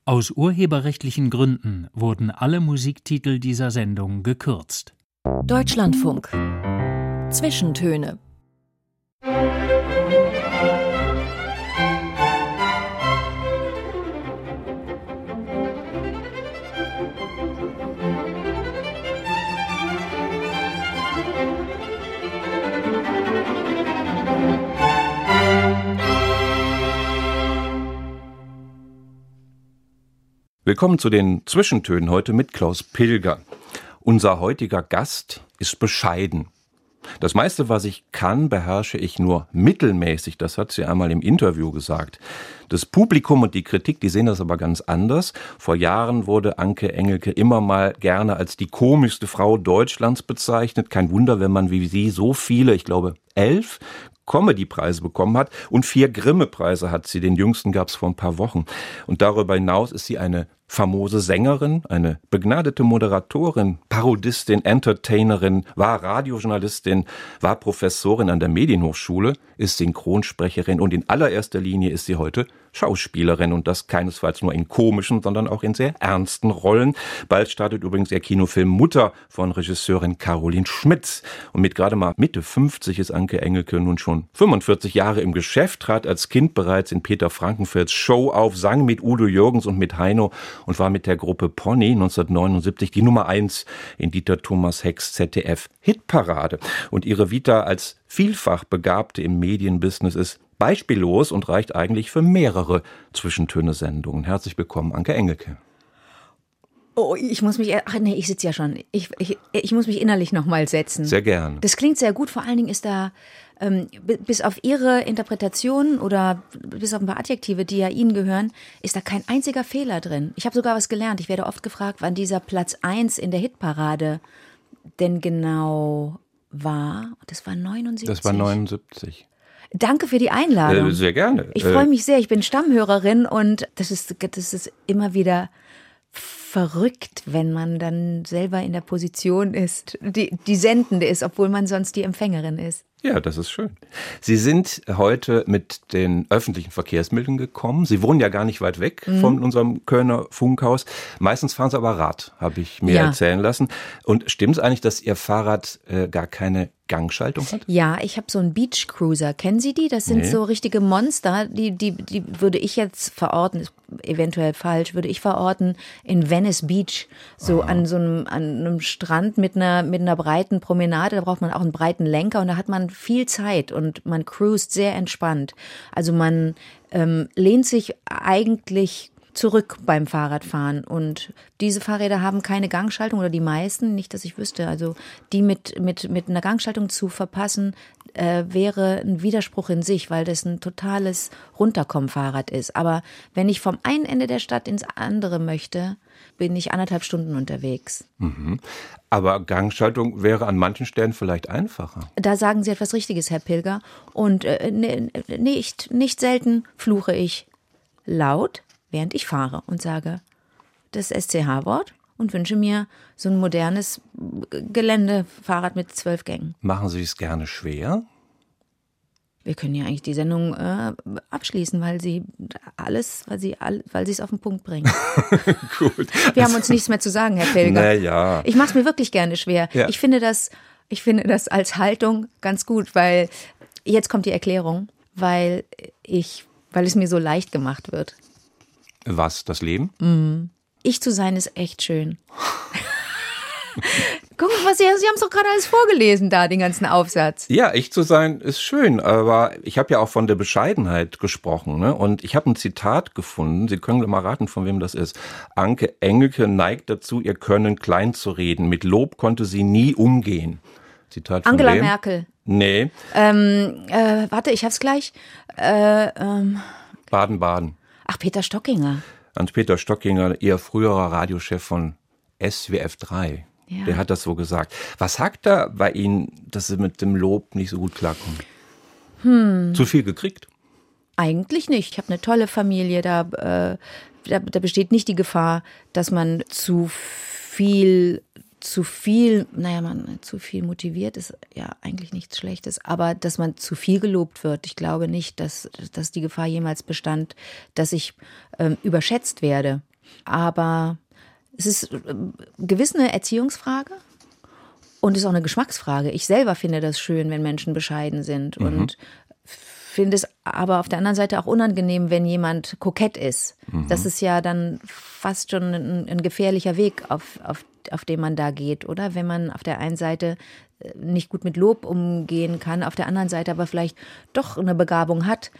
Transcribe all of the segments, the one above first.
Aus urheberrechtlichen Gründen wurden alle Musiktitel dieser Sendung gekürzt. Deutschlandfunk. Zwischentöne. Willkommen zu den Zwischentönen heute mit Klaus Pilger. Unser heutiger Gast ist bescheiden. Das meiste, was ich kann, beherrsche ich nur mittelmäßig. Das hat sie einmal im Interview gesagt. Das Publikum und die Kritik, die sehen das aber ganz anders. Vor Jahren wurde Anke Engelke immer mal gerne als die komischste Frau Deutschlands bezeichnet. Kein Wunder, wenn man wie sie so viele, ich glaube 11 Comedy-Preise bekommen hat und 4 Grimme-Preise hat sie. Den jüngsten gab es vor ein paar Wochen. Und darüber hinaus ist sie eine famose Sängerin, eine begnadete Moderatorin, Parodistin, Entertainerin, war Radiojournalistin, war Professorin an der Medienhochschule, ist Synchronsprecherin und in allererster Linie ist sie heute Schauspielerin und das keinesfalls nur in komischen, sondern auch in sehr ernsten Rollen. Bald startet übrigens ihr Kinofilm Mutter von Regisseurin Caroline Schmitz. Und mit gerade mal Mitte 50 ist Anke Engelke nun schon 45 Jahre im Geschäft, trat als Kind bereits in Peter Frankenfelds Show auf, sang mit Udo Jürgens und mit Heino und war mit der Gruppe Pony 1979 die Nummer 1 in Dieter Thomas Hecks ZDF-Hitparade. Und ihre Vita als vielfach Begabte im Medienbusiness ist beispiellos und reicht eigentlich für mehrere Zwischentöne-Sendungen. Herzlich willkommen, Anke Engelke. Oh, ich muss mich, ich sitze ja schon. Ich muss mich innerlich nochmal setzen. Sehr gern. Das klingt sehr gut, vor allen Dingen ist da, bis auf Ihre Interpretation oder bis auf ein paar Adjektive, die ja Ihnen gehören, ist da kein einziger Fehler drin. Ich habe sogar was gelernt. Ich werde oft gefragt, wann dieser Platz 1 in der Hitparade denn genau war. Das war 79. Das war 79. Danke für die Einladung. Sehr gerne. Ich freue mich sehr. Ich bin Stammhörerin und das ist immer wieder verrückt, wenn man dann selber in der Position ist, die Sendende ist, obwohl man sonst die Empfängerin ist. Ja, das ist schön. Sie sind heute mit den öffentlichen Verkehrsmitteln gekommen. Sie wohnen ja gar nicht weit weg von unserem Kölner Funkhaus. Meistens fahren Sie aber Rad, habe ich mir erzählen lassen. Und stimmt es eigentlich, dass Ihr Fahrrad gar keine Gangschaltung hat? Ja, ich habe so einen Beach Cruiser. Kennen Sie die? Das sind so richtige Monster. Die würde ich jetzt verorten, ist eventuell falsch, würde ich verorten in Venice Beach. So an einem Strand mit einer breiten Promenade. Da braucht man auch einen breiten Lenker und da hat man viel Zeit und man cruist sehr entspannt. Also man lehnt sich eigentlich zurück beim Fahrradfahren und diese Fahrräder haben keine Gangschaltung oder die meisten, nicht, dass ich wüsste. Also die mit einer Gangschaltung zu verpassen, wäre ein Widerspruch in sich, weil das ein totales Runterkommen-Fahrrad ist. Aber wenn ich vom einen Ende der Stadt ins andere möchte, bin ich 1,5 Stunden unterwegs. Mhm. Aber Gangschaltung wäre an manchen Stellen vielleicht einfacher. Da sagen Sie etwas Richtiges, Herr Pilger. Und nicht selten fluche ich laut, während ich fahre und sage das SCH-Wort und wünsche mir so ein modernes Geländefahrrad mit 12 Gängen. Machen Sie es gerne schwer? Wir können ja eigentlich die Sendung abschließen, weil Sie es auf den Punkt bringen. Gut. Wir haben uns nichts mehr zu sagen, Herr Pilger. Naja. Ich mache es mir wirklich gerne schwer. Ja. Ich finde das als Haltung ganz gut, weil jetzt kommt die Erklärung, weil es mir so leicht gemacht wird. Was, das Leben? Ich zu sein ist echt schön. Gucken Sie, Sie haben es doch gerade alles vorgelesen da, den ganzen Aufsatz. Ja, ich zu sein ist schön, aber ich habe ja auch von der Bescheidenheit gesprochen, ne? Und ich habe ein Zitat gefunden, Sie können mal raten, von wem das ist. Anke Engelke neigt dazu, ihr Können klein zu reden. Mit Lob konnte sie nie umgehen. Zitat von Angela wem? Merkel. Nee. Warte, ich hab's gleich. Baden-Baden. Ach, Peter Stockinger. Hans-Peter Stockinger, ihr früherer Radiochef von SWF 3. Ja. Der hat das so gesagt. Was sagt da bei Ihnen, dass Sie mit dem Lob nicht so gut klarkommen? Zu viel gekriegt? Eigentlich nicht. Ich habe eine tolle Familie. Da besteht nicht die Gefahr, dass man zu viel motiviert ist ja eigentlich nichts Schlechtes, aber dass man zu viel gelobt wird. Ich glaube nicht, dass die Gefahr jemals bestand, dass ich überschätzt werde. Aber es ist gewiss eine Erziehungsfrage und es ist auch eine Geschmacksfrage. Ich selber finde das schön, wenn Menschen bescheiden sind und finde es aber auf der anderen Seite auch unangenehm, wenn jemand kokett ist. Das ist ja dann fast schon ein gefährlicher Weg, auf den man da geht, oder? Wenn man auf der einen Seite nicht gut mit Lob umgehen kann, auf der anderen Seite aber vielleicht doch eine Begabung hat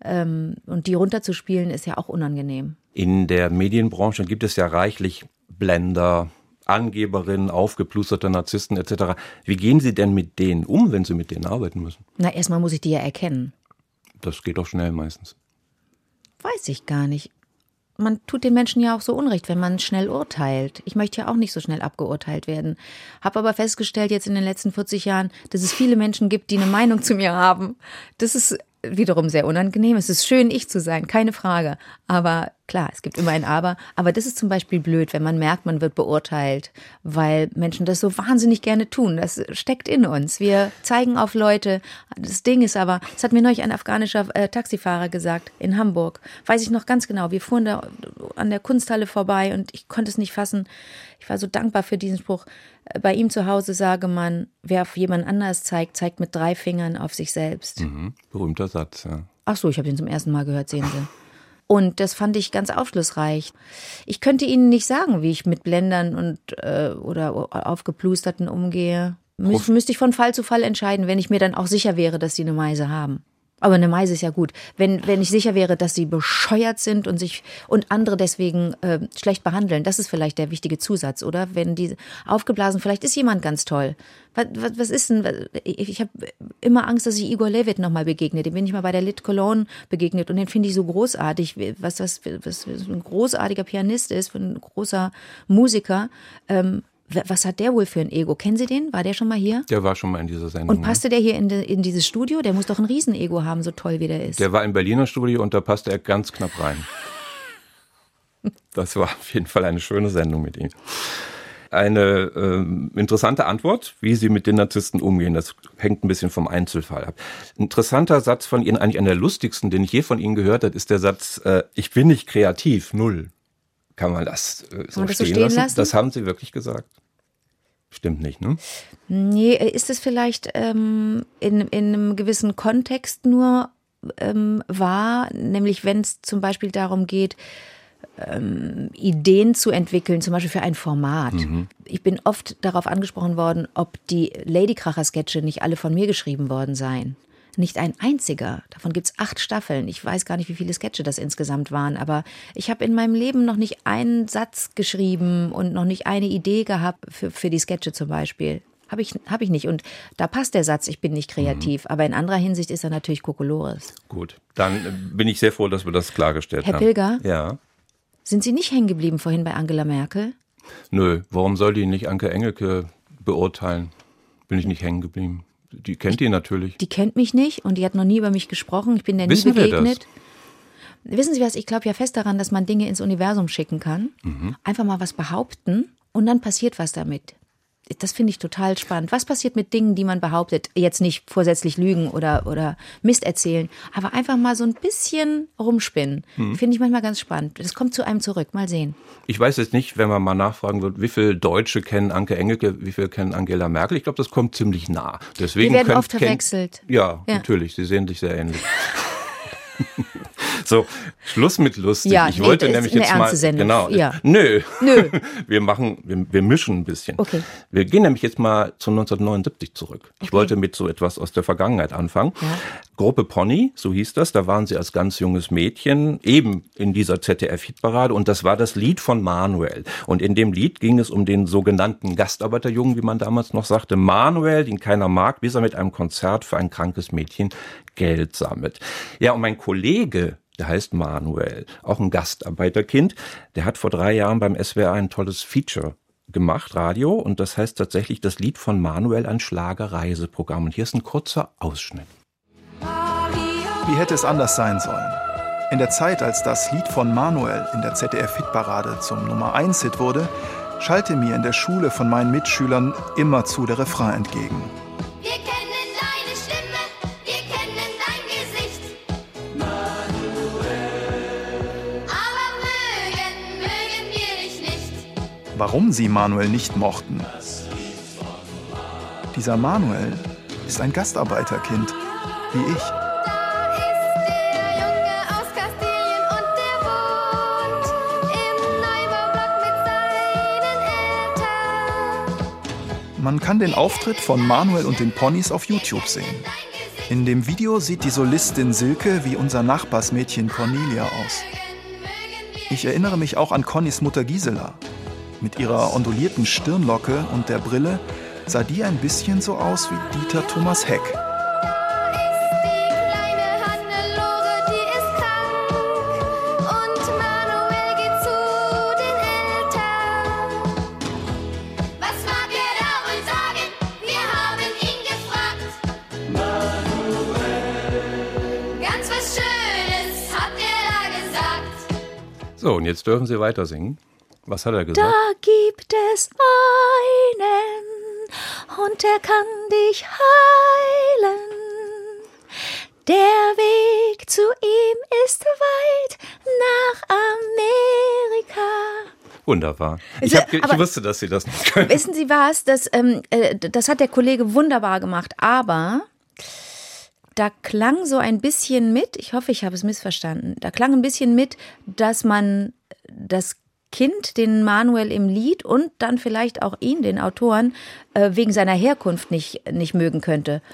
und die runterzuspielen, ist ja auch unangenehm. In der Medienbranche gibt es ja reichlich Blender, Angeberinnen, aufgeplusterte Narzissten etc. Wie gehen Sie denn mit denen um, wenn Sie mit denen arbeiten müssen? Na, erstmal muss ich die ja erkennen. Das geht doch schnell meistens. Weiß ich gar nicht. Man tut den Menschen ja auch so Unrecht, wenn man schnell urteilt. Ich möchte ja auch nicht so schnell abgeurteilt werden. Habe aber festgestellt jetzt in den letzten 40 Jahren, dass es viele Menschen gibt, die eine Meinung zu mir haben. Das ist wiederum sehr unangenehm. Es ist schön, ich zu sein, keine Frage. Aber klar, es gibt immer ein Aber. Aber das ist zum Beispiel blöd, wenn man merkt, man wird beurteilt, weil Menschen das so wahnsinnig gerne tun. Das steckt in uns. Wir zeigen auf Leute. Das Ding ist aber, das hat mir neulich ein afghanischer Taxifahrer gesagt in Hamburg. Weiß ich noch ganz genau. Wir fuhren da an der Kunsthalle vorbei und ich konnte es nicht fassen. Ich war so dankbar für diesen Spruch. Bei ihm zu Hause sage man, wer auf jemand anders zeigt, zeigt mit 3 Fingern auf sich selbst. Berühmter Satz, ja. Ach so, ich habe den zum ersten Mal gehört, sehen Sie. Und das fand ich ganz aufschlussreich. Ich könnte Ihnen nicht sagen, wie ich mit Blendern und oder Aufgeplusterten umgehe. Müsste ich von Fall zu Fall entscheiden, wenn ich mir dann auch sicher wäre, dass sie eine Meise haben. Aber eine Meise ist ja gut. Wenn ich sicher wäre, dass sie bescheuert sind und andere deswegen schlecht behandeln, das ist vielleicht der wichtige Zusatz, oder? Wenn die aufgeblasen, vielleicht ist jemand ganz toll. Was ist denn? Ich habe immer Angst, dass ich Igor Levit nochmal begegne. Dem bin ich mal bei der Lit Cologne begegnet und den finde ich so großartig, was ein großartiger Pianist ist, ein großer Musiker. Was hat der wohl für ein Ego? Kennen Sie den? War der schon mal hier? Der war schon mal in dieser Sendung. Und passte der hier in dieses Studio? Der muss doch ein Riesenego haben, so toll wie der ist. Der war im Berliner Studio und da passte er ganz knapp rein. Das war auf jeden Fall eine schöne Sendung mit ihm. Eine interessante Antwort, wie Sie mit den Narzissten umgehen. Das hängt ein bisschen vom Einzelfall ab. Ein interessanter Satz von Ihnen, eigentlich einer der lustigsten, den ich je von Ihnen gehört habe, ist der Satz, ich bin nicht kreativ, 0. Kann man das so stehen lassen? Das haben Sie wirklich gesagt? Stimmt nicht, ne? Nee, ist es vielleicht in einem gewissen Kontext nur wahr, nämlich wenn es zum Beispiel darum geht, Ideen zu entwickeln, zum Beispiel für ein Format. Ich bin oft darauf angesprochen worden, ob die Ladykracher-Sketche nicht alle von mir geschrieben worden seien. Nicht ein einziger. Davon gibt's 8 Staffeln. Ich weiß gar nicht, wie viele Sketche das insgesamt waren, aber ich habe in meinem Leben noch nicht einen Satz geschrieben und noch nicht eine Idee gehabt für die Sketche zum Beispiel. Hab ich nicht. Und da passt der Satz, ich bin nicht kreativ. Aber in anderer Hinsicht ist er natürlich Kokolores. Gut, dann bin ich sehr froh, dass wir das klargestellt haben. Herr Pilger? Ja. Sind Sie nicht hängen geblieben vorhin bei Angela Merkel? Nö, warum soll die nicht Anke Engelke beurteilen? Bin ich nicht hängen geblieben. Die kennt die natürlich. Die kennt mich nicht und die hat noch nie über mich gesprochen. Ich bin der nie begegnet. Wissen Sie was, ich glaube ja fest daran, dass man Dinge ins Universum schicken kann. Einfach mal was behaupten und dann passiert was damit. Das finde ich total spannend. Was passiert mit Dingen, die man behauptet? Jetzt nicht vorsätzlich lügen oder Mist erzählen, aber einfach mal so ein bisschen rumspinnen. Finde ich manchmal ganz spannend. Das kommt zu einem zurück. Mal sehen. Ich weiß jetzt nicht, wenn man mal nachfragen wird, wie viele Deutsche kennen Anke Engelke, wie viele kennen Angela Merkel. Ich glaube, das kommt ziemlich nah. Deswegen wir werden oft verwechselt. Ja, natürlich. Sie sehen sich sehr ähnlich. So, Schluss mit lustig. Ja, ich wollte nämlich jetzt mal genau. Ja. Nö. Wir mischen ein bisschen. Okay. Wir gehen nämlich jetzt mal zu 1979 zurück. Ich wollte mit so etwas aus der Vergangenheit anfangen. Ja. Gruppe Pony, so hieß das, da waren Sie als ganz junges Mädchen eben in dieser ZDF-Hitparade und das war das Lied von Manuel. Und in dem Lied ging es um den sogenannten Gastarbeiterjungen, wie man damals noch sagte, Manuel, den keiner mag, bis er mit einem Konzert für ein krankes Mädchen Geld sammelt. Ja, und mein Kollege, der heißt Manuel, auch ein Gastarbeiterkind, der hat vor 3 Jahren beim SWR ein tolles Feature gemacht, Radio, und das heißt tatsächlich das Lied von Manuel, ein Schlagerreiseprogramm. Und hier ist ein kurzer Ausschnitt. Wie hätte es anders sein sollen? In der Zeit, als das Lied von Manuel in der ZDF-Hitparade zum Nummer-1-Hit wurde, schallte mir in der Schule von meinen Mitschülern immerzu der Refrain entgegen. Wir kennen deine Stimme, wir kennen dein Gesicht. Manuel. Aber mögen warum sie Manuel nicht mochten. Dieser Manuel ist ein Gastarbeiterkind, wie ich. Da ist der Junge aus Kastilien und der wohnt im Neubaublock mit seinen Eltern. Man kann den Auftritt von Manuel und den Ponys auf YouTube sehen. In dem Video sieht die Solistin Silke wie unser Nachbarsmädchen Cornelia aus. Ich erinnere mich auch an Connys Mutter Gisela. Mit ihrer ondulierten Stirnlocke und der Brille sah die ein bisschen so aus wie Dieter Thomas Heck. Die kleine Hannelore, die ist krank und Manuel geht zu den Eltern. Was mag er da wohl sagen? Wir haben ihn gefragt. Manuel. Ganz was Schönes hat er da gesagt. So, und jetzt dürfen Sie weiter singen. Was hat er gesagt? Da gibt es einen und der kann dich heilen. Der Weg zu ihm ist weit nach Amerika. Wunderbar. Ich wusste, dass Sie das nicht können. Wissen Sie was? Das hat der Kollege wunderbar gemacht, aber da klang so ein bisschen mit, ich hoffe, ich habe es missverstanden, da klang ein bisschen mit, dass man das Kind, den Manuel im Lied und dann vielleicht auch ihn, den Autoren, wegen seiner Herkunft nicht mögen könnte.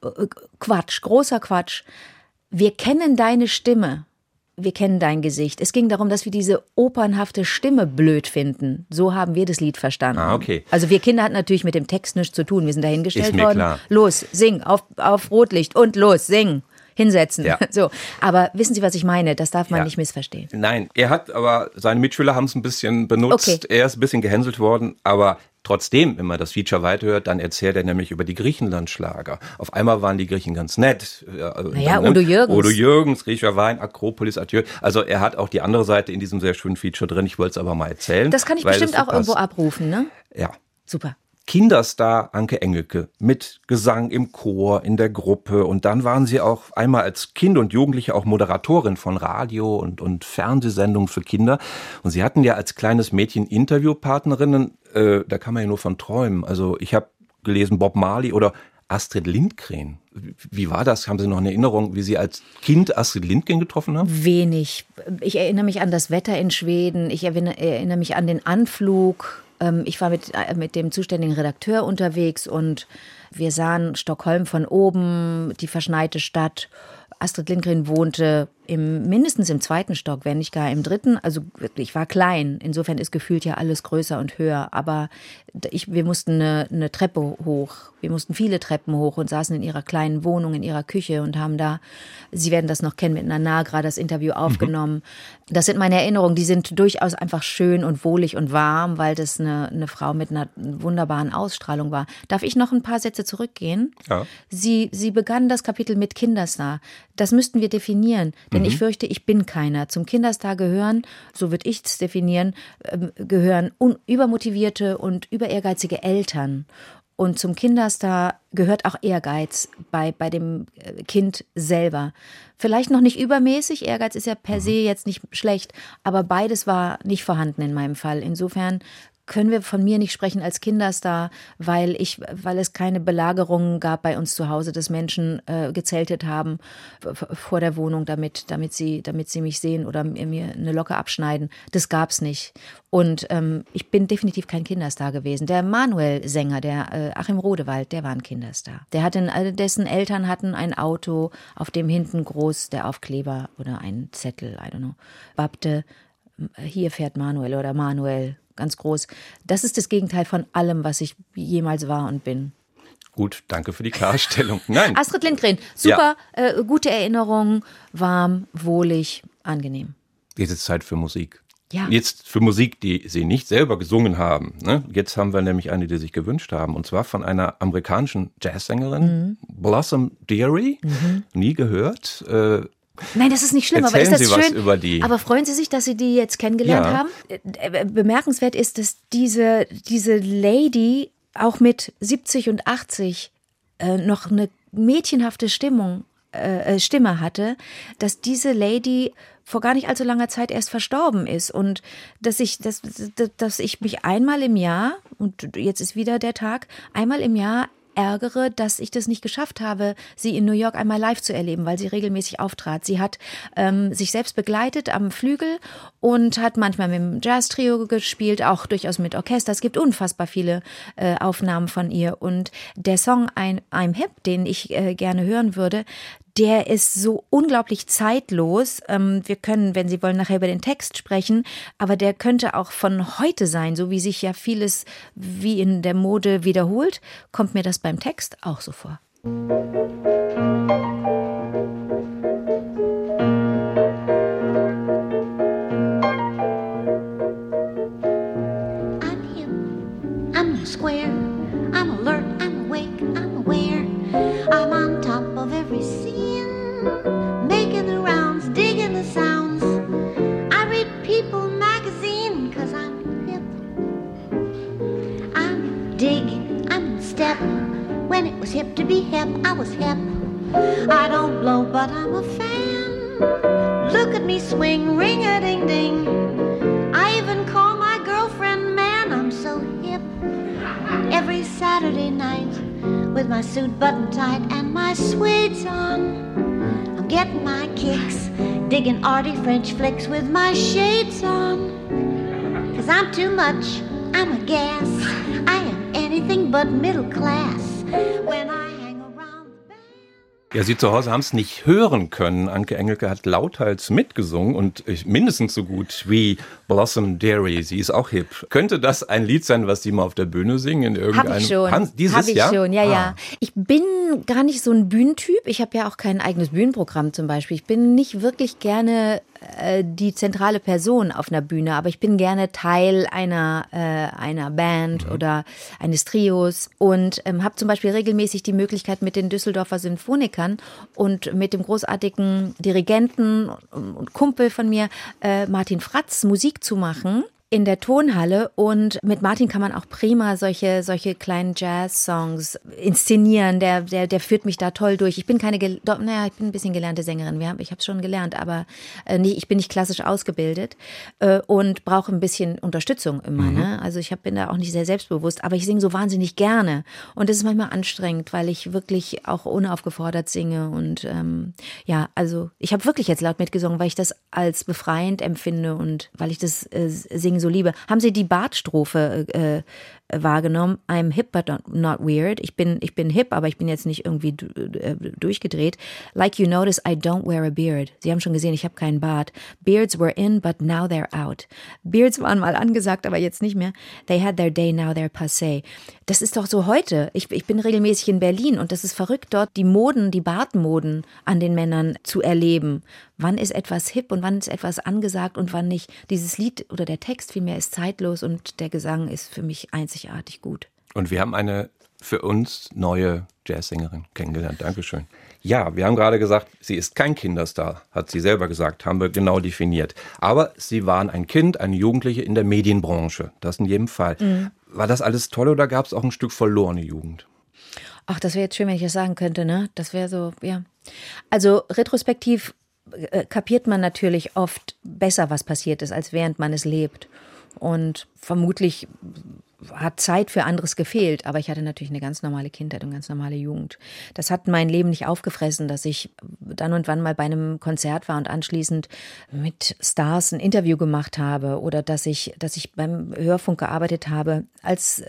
Quatsch, großer Quatsch. Wir kennen deine Stimme. Wir kennen dein Gesicht. Es ging darum, dass wir diese opernhafte Stimme blöd finden. So haben wir das Lied verstanden. Ah, okay. Also wir Kinder hatten natürlich mit dem Text nichts zu tun. Wir sind dahingestellt Ist mir worden. klar. Los, sing, auf Rotlicht und los, sing. Hinsetzen. Ja. So. Aber wissen Sie, was ich meine? Das darf man Ja. nicht missverstehen. Nein, seine Mitschüler haben es ein bisschen benutzt. Okay. Er ist ein bisschen gehänselt worden, aber trotzdem, wenn man das Feature weiterhört, dann erzählt er nämlich über die Griechenland-Schlager. Auf einmal waren die Griechen ganz nett. Naja, Udo Jürgens. Udo Jürgens, Griechischer Wein, Akropolis, Adieu. Also er hat auch die andere Seite in diesem sehr schönen Feature drin. Ich wollte es aber mal erzählen. Das kann ich weil bestimmt es so auch irgendwo passt. abrufen, ne? Ja. Super. Kinderstar Anke Engelke mit Gesang im Chor, in der Gruppe. Und dann waren sie auch einmal als Kind und Jugendliche auch Moderatorin von Radio- und Fernsehsendungen für Kinder. Und sie hatten ja als kleines Mädchen Interviewpartnerinnen, da kann man ja nur von träumen. Also ich habe gelesen Bob Marley oder Astrid Lindgren. Wie war das? Haben Sie noch eine Erinnerung, wie Sie als Kind Astrid Lindgren getroffen haben? Wenig. Ich erinnere mich an das Wetter in Schweden. Ich erinnere mich an den Anflug. Ich war mit dem zuständigen Redakteur unterwegs und wir sahen Stockholm von oben, die verschneite Stadt. Astrid Lindgren wohnte mindestens im 2. Stock, wenn nicht gar im 3. Also ich war klein. Insofern ist gefühlt ja alles größer und höher. Aber wir mussten eine Treppe hoch. Wir mussten viele Treppen hoch und saßen in ihrer kleinen Wohnung, in ihrer Küche und haben da, Sie werden das noch kennen, mit einer Nagra das Interview aufgenommen. Das sind meine Erinnerungen. Die sind durchaus einfach schön und wohlig und warm, weil das eine Frau mit einer wunderbaren Ausstrahlung war. Darf ich noch ein paar Sätze zurückgehen? Ja. Sie begann das Kapitel mit Kinderstar. Das müssten wir definieren, denn ich fürchte, ich bin keiner. Zum Kinderstar gehören, so würde ich es definieren, gehören übermotivierte und überehrgeizige Eltern. Und zum Kinderstar gehört auch Ehrgeiz bei dem Kind selber. Vielleicht noch nicht übermäßig, Ehrgeiz ist ja per se jetzt nicht schlecht, aber beides war nicht vorhanden in meinem Fall. Insofern können wir von mir nicht sprechen als Kinderstar, weil es keine Belagerungen gab bei uns zu Hause, dass Menschen gezeltet haben vor der Wohnung, damit sie mich sehen oder mir eine Locke abschneiden. Das gab's nicht. Und ich bin definitiv kein Kinderstar gewesen. Der Manuel-Sänger, der Achim Rodewald, der war ein Kinderstar. Dessen Eltern hatten ein Auto, auf dem hinten groß der Aufkleber oder ein Zettel, I don't know, wappte, hier fährt Manuel oder Manuel. Ganz groß. Das ist das Gegenteil von allem, was ich jemals war und bin. Gut, danke für die Klarstellung. Nein. Astrid Lindgren, super, gute Erinnerung, warm, wohlig, angenehm. Jetzt ist Zeit für Musik. Ja. Jetzt für Musik, die Sie nicht selber gesungen haben. Ne? Jetzt haben wir nämlich eine, die sich gewünscht haben. Und zwar von einer amerikanischen Jazzsängerin, Blossom Dearie. Nie gehört. Nein, das ist nicht schlimm, Erzählen aber ist das Sie schön? was über die? Aber freuen Sie sich, dass Sie die jetzt kennengelernt haben? Bemerkenswert ist, dass diese Lady auch mit 70 und 80 noch eine mädchenhafte Stimme hatte, dass diese Lady vor gar nicht allzu langer Zeit erst verstorben ist und dass ich mich einmal im Jahr, und jetzt ist wieder der Tag, einmal im Jahr ärgere, dass ich das nicht geschafft habe, sie in New York einmal live zu erleben, weil sie regelmäßig auftrat. Sie hat sich selbst begleitet am Flügel und hat manchmal mit dem Jazz-Trio gespielt, auch durchaus mit Orchester. Es gibt unfassbar viele Aufnahmen von ihr. Und der Song I'm Hip, den ich gerne hören würde, der ist so unglaublich zeitlos. Wir können, wenn Sie wollen, nachher über den Text sprechen, aber der könnte auch von heute sein, so wie sich ja vieles wie in der Mode wiederholt, kommt mir das beim Text auch so vor. I'm hip, I'm no square, I'm alert, I'm awake, I'm aware, I'm on top of every scene, making the rounds, digging the sounds. I read People magazine, 'cause I'm hip. I'm dig, I'm in step. When it was hip to be hip, I was hip. I don't blow, but I'm a fan. Look at me swing, ring-a-ding-ding. I even call my girlfriend man, I'm so hip. Every Saturday night, with my suit buttoned tight and my suede's on, I'm getting my kicks, digging arty French flicks with my shades on. 'Cause I'm too much, I'm a gas, I am anything but middle class. When I hang around the band. Ja, Sie zu Hause haben es nicht hören können. Anke Engelke hat lauthals mitgesungen und mindestens so gut wie Blossom Dairy. Sie ist auch hip. Könnte das ein Lied sein, was Sie mal auf der Bühne singen? In irgendeinem? Habe ich schon. Dieses Jahr? Ja. Ich bin gar nicht so ein Bühnentyp. Ich habe ja auch kein eigenes Bühnenprogramm zum Beispiel. Ich bin nicht wirklich gerne die zentrale Person auf einer Bühne, aber ich bin gerne Teil einer Band oder eines Trios und habe zum Beispiel regelmäßig die Möglichkeit, mit den Düsseldorfer Symphonikern und mit dem großartigen Dirigenten und Kumpel von mir, Martin Fratz, Musik zu machen in der Tonhalle, und mit Martin kann man auch prima solche kleinen Jazz-Songs inszenieren. Der führt mich da toll durch. Ich bin ich bin ein bisschen gelernte Sängerin. Ich habe es schon gelernt, aber ich bin nicht klassisch ausgebildet und brauche ein bisschen Unterstützung immer. Ne? Also ich bin da auch nicht sehr selbstbewusst, aber ich singe so wahnsinnig gerne und das ist manchmal anstrengend, weil ich wirklich auch unaufgefordert singe und also ich habe wirklich jetzt laut mitgesungen, weil ich das als befreiend empfinde und weil ich das Singen so liebe. Haben Sie die Bartstrophe wahrgenommen? I'm hip but not weird. Ich bin hip, aber ich bin jetzt nicht irgendwie durchgedreht. Like you notice, I don't wear a beard. Sie haben schon gesehen, ich habe keinen Bart. Beards were in, but now they're out. Beards waren mal angesagt, aber jetzt nicht mehr. They had their day, now they're passé. Das ist doch so heute. Ich bin regelmäßig in Berlin und das ist verrückt, dort die Bartmoden an den Männern zu erleben. Wann ist etwas hip und wann ist etwas angesagt und wann nicht? Dieses Lied oder der Text vielmehr ist zeitlos und der Gesang ist für mich einzigartig gut. Und wir haben eine für uns neue Jazzsängerin kennengelernt. Dankeschön. Ja, wir haben gerade gesagt, sie ist kein Kinderstar, hat sie selber gesagt, haben wir genau definiert. Aber sie waren ein Kind, eine Jugendliche in der Medienbranche. Das in jedem Fall. War das alles toll oder gab es auch ein Stück verlorene Jugend? Ach, das wäre jetzt schön, wenn ich das sagen könnte, ne? Das wäre so, ja. Also retrospektiv kapiert man natürlich oft besser, was passiert ist, als während man es lebt. Und vermutlich hat Zeit für anderes gefehlt, aber ich hatte natürlich eine ganz normale Kindheit und ganz normale Jugend. Das hat mein Leben nicht aufgefressen, dass ich dann und wann mal bei einem Konzert war und anschließend mit Stars ein Interview gemacht habe oder dass ich beim Hörfunk gearbeitet habe. Als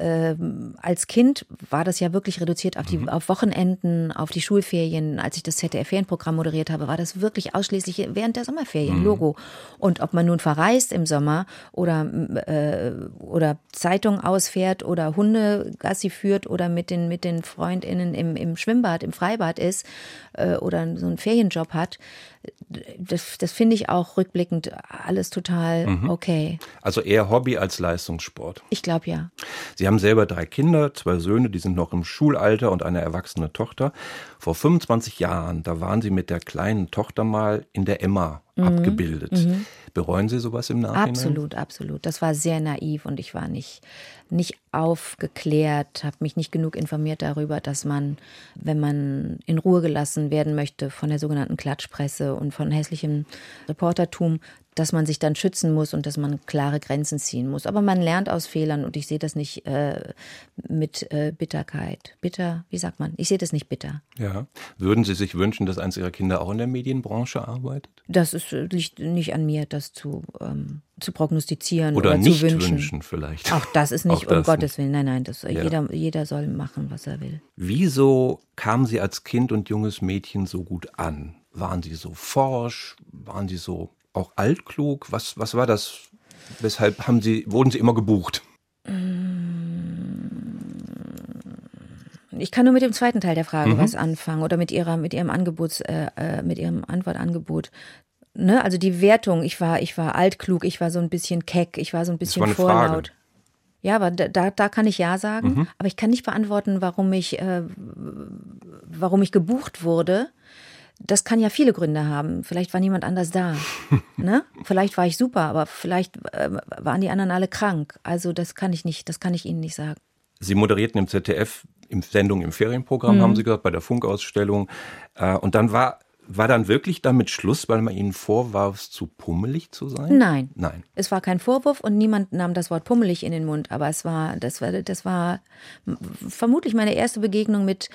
Kind war das ja wirklich reduziert auf Wochenenden, auf die Schulferien. Als ich das ZDF-Ferienprogramm moderiert habe, war das wirklich ausschließlich während der Sommerferien, Logo. Und ob man nun verreist im Sommer oder Zeitung ausfährt oder Hunde Gassi führt oder mit den FreundInnen im Schwimmbad, im Freibad ist oder so einen Ferienjob hat, das finde ich auch rückblickend alles total okay. Also eher Hobby als Leistungssport. Ich glaube ja. Sie haben selber 3 Kinder, 2 Söhne, die sind noch im Schulalter und eine erwachsene Tochter. Vor 25 Jahren, da waren Sie mit der kleinen Tochter mal in der Emma abgebildet. Bereuen Sie sowas im Nachhinein? Absolut, absolut. Das war sehr naiv und ich war nicht aufgeklärt, habe mich nicht genug informiert darüber, dass man, wenn man in Ruhe gelassen werden möchte von der sogenannten Klatschpresse und von hässlichem Reportertum, dass man sich dann schützen muss und dass man klare Grenzen ziehen muss. Aber man lernt aus Fehlern und ich sehe das nicht mit Bitterkeit. Bitter, wie sagt man? Ich sehe das nicht bitter. Ja. Würden Sie sich wünschen, dass eins Ihrer Kinder auch in der Medienbranche arbeitet? Das liegt nicht an mir, das zu prognostizieren oder oder nicht zu wünschen. wünschen vielleicht. Auch das ist nicht, Auch das um Gottes nicht. Willen. Nein, das, Ja. jeder soll machen, was er will. Wieso kamen Sie als Kind und junges Mädchen so gut an? Waren Sie so forsch? Waren Sie so auch altklug? Was war das? Weshalb wurden Sie immer gebucht? Ich kann nur mit dem zweiten Teil der Frage was anfangen oder mit ihrem Antwortangebot. Ne? Also die Wertung, ich war altklug, ich war so ein bisschen keck, ich war so ein bisschen war eine vorlaut. Frage. Ja, aber da kann ich ja sagen. Aber ich kann nicht beantworten, warum ich gebucht wurde. Das kann ja viele Gründe haben. Vielleicht war niemand anders da. Ne? Vielleicht war ich super, aber vielleicht waren die anderen alle krank. Also das kann ich Ihnen nicht sagen. Sie moderierten im ZDF Sendung im Ferienprogramm, haben Sie gesagt, bei der Funkausstellung. Und dann war dann wirklich damit Schluss, weil man Ihnen vorwarf, zu pummelig zu sein? Nein. Nein. Es war kein Vorwurf und niemand nahm das Wort pummelig in den Mund. Aber das war vermutlich meine erste Begegnung mit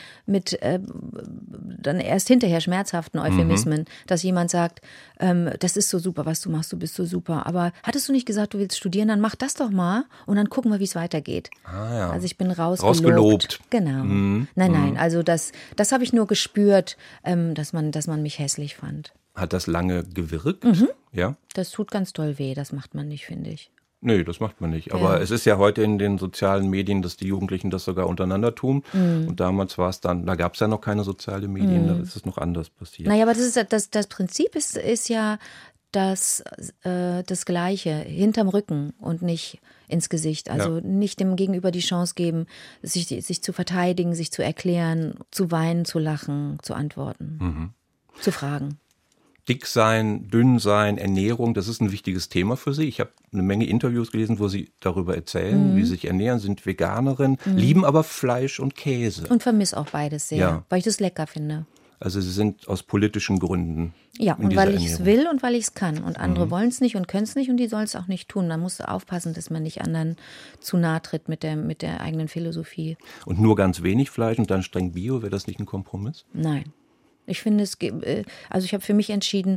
dann erst hinterher schmerzhaften Euphemismen, dass jemand sagt, das ist so super, was du machst, du bist so super. Aber hattest du nicht gesagt, du willst studieren, dann mach das doch mal und dann gucken wir, wie es weitergeht. Ah, ja. Also ich bin Rausgelobt. Genau. Nein, also das habe ich nur gespürt, dass man mich hässlich fand. Hat das lange gewirkt? Ja. Das tut ganz doll weh, das macht man nicht, finde ich. Nee, das macht man nicht. Aber es ist ja heute in den sozialen Medien, dass die Jugendlichen das sogar untereinander tun. Und damals war es dann, da gab es ja noch keine sozialen Medien, da ist es noch anders passiert. Naja, aber das Prinzip ist ja das Gleiche, hinterm Rücken und nicht ins Gesicht. Also nicht dem Gegenüber die Chance geben, sich zu verteidigen, sich zu erklären, zu weinen, zu lachen, zu antworten, zu fragen. Dick sein, dünn sein, Ernährung, das ist ein wichtiges Thema für Sie. Ich habe eine Menge Interviews gelesen, wo Sie darüber erzählen, wie Sie sich ernähren, sind Veganerin, lieben aber Fleisch und Käse. Und vermisse auch beides sehr, weil ich das lecker finde. Also Sie sind aus politischen Gründen. Ja, in und dieser weil ich es Ernährung. will und weil ich es kann. Und andere wollen es nicht und können es nicht und die sollen es auch nicht tun. Man muss aufpassen, dass man nicht anderen zu nahe tritt mit der eigenen Philosophie. Und nur ganz wenig Fleisch und dann streng Bio, wäre das nicht ein Kompromiss? Nein. Ich finde also ich habe für mich entschieden,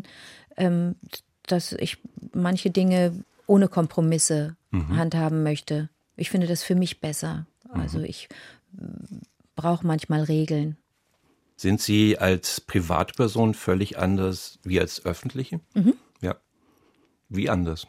dass ich manche Dinge ohne Kompromisse handhaben möchte. Ich finde das für mich besser. Also ich brauche manchmal Regeln. Sind Sie als Privatperson völlig anders wie als Öffentliche? Ja. Wie anders?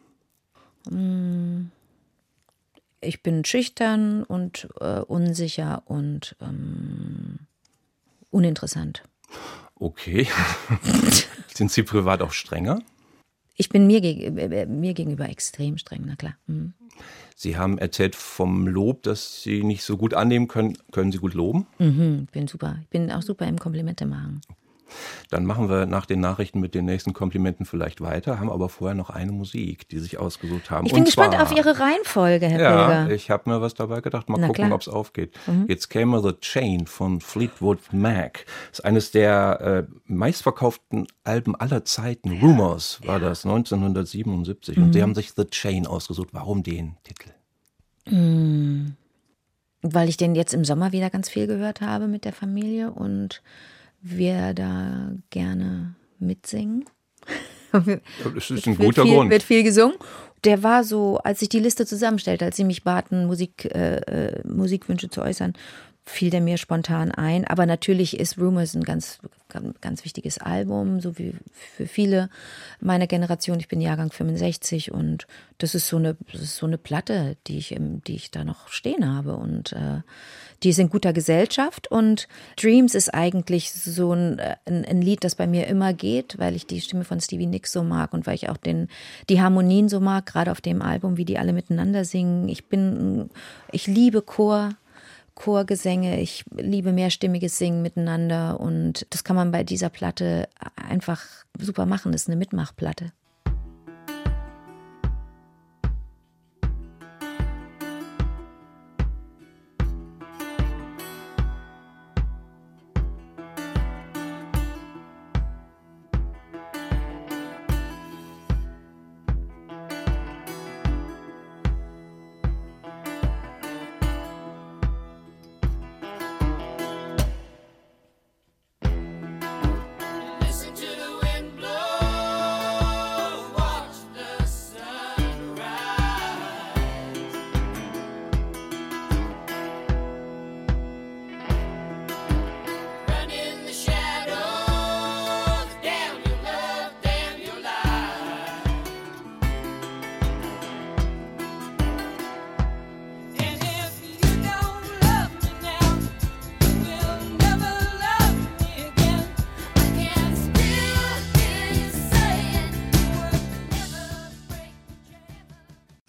Ich bin schüchtern und unsicher und uninteressant. Okay. Sind Sie privat auch strenger? Ich bin mir gegenüber extrem streng, na klar. Sie haben erzählt vom Lob, das Sie nicht so gut annehmen können. Können Sie gut loben? Bin super. Ich bin auch super im Komplimente machen. Dann machen wir nach den Nachrichten mit den nächsten Komplimenten vielleicht weiter, haben aber vorher noch eine Musik, die Sie sich ausgesucht haben. Ich bin Und gespannt zwar, auf Ihre Reihenfolge, Herr Ja, Pilger. ich habe mir was dabei gedacht. Mal Na gucken, klar. ob es aufgeht. Jetzt käme The Chain von Fleetwood Mac. Das ist eines der meistverkauften Alben aller Zeiten. Rumors war das, 1977. Und Sie haben sich The Chain ausgesucht. Warum den Titel? Weil ich den jetzt im Sommer wieder ganz viel gehört habe mit der Familie und wir da gerne mitsingen. Das ist ein guter Grund. Grund. Wird viel gesungen. Der war so, als ich die Liste zusammenstellte, als sie mich baten, Musikwünsche zu äußern, fiel der mir spontan ein. Aber natürlich ist Rumors ein ganz, ganz wichtiges Album, so wie für viele meiner Generation. Ich bin Jahrgang 65 und das ist so eine Platte, die ich da noch stehen habe. Und die ist in guter Gesellschaft. Und Dreams ist eigentlich so ein Lied, das bei mir immer geht, weil ich die Stimme von Stevie Nicks so mag und weil ich auch die Harmonien so mag, gerade auf dem Album, wie die alle miteinander singen. Ich liebe Chorgesänge, ich liebe mehrstimmiges Singen miteinander und das kann man bei dieser Platte einfach super machen. Das ist eine Mitmachplatte.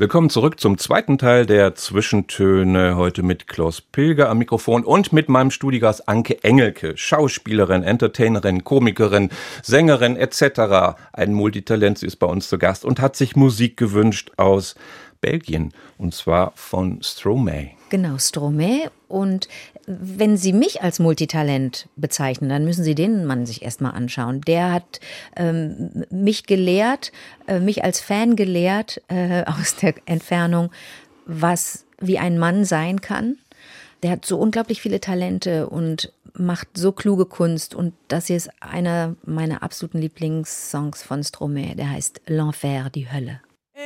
Willkommen zurück zum zweiten Teil der Zwischentöne, heute mit Klaus Pilger am Mikrofon und mit meinem Studiogast Anke Engelke, Schauspielerin, Entertainerin, Komikerin, Sängerin etc. Ein Multitalent, sie ist bei uns zu Gast und hat sich Musik gewünscht aus Belgien, und zwar von Stromae. Genau, Stromae. Und wenn Sie mich als Multitalent bezeichnen, dann müssen Sie den Mann sich erstmal anschauen. Der hat mich gelehrt, mich als Fan gelehrt aus der Entfernung, wie ein Mann sein kann. Der hat so unglaublich viele Talente und macht so kluge Kunst. Und das hier ist einer meiner absoluten Lieblingssongs von Stromae. Der heißt L'Enfer, die Hölle.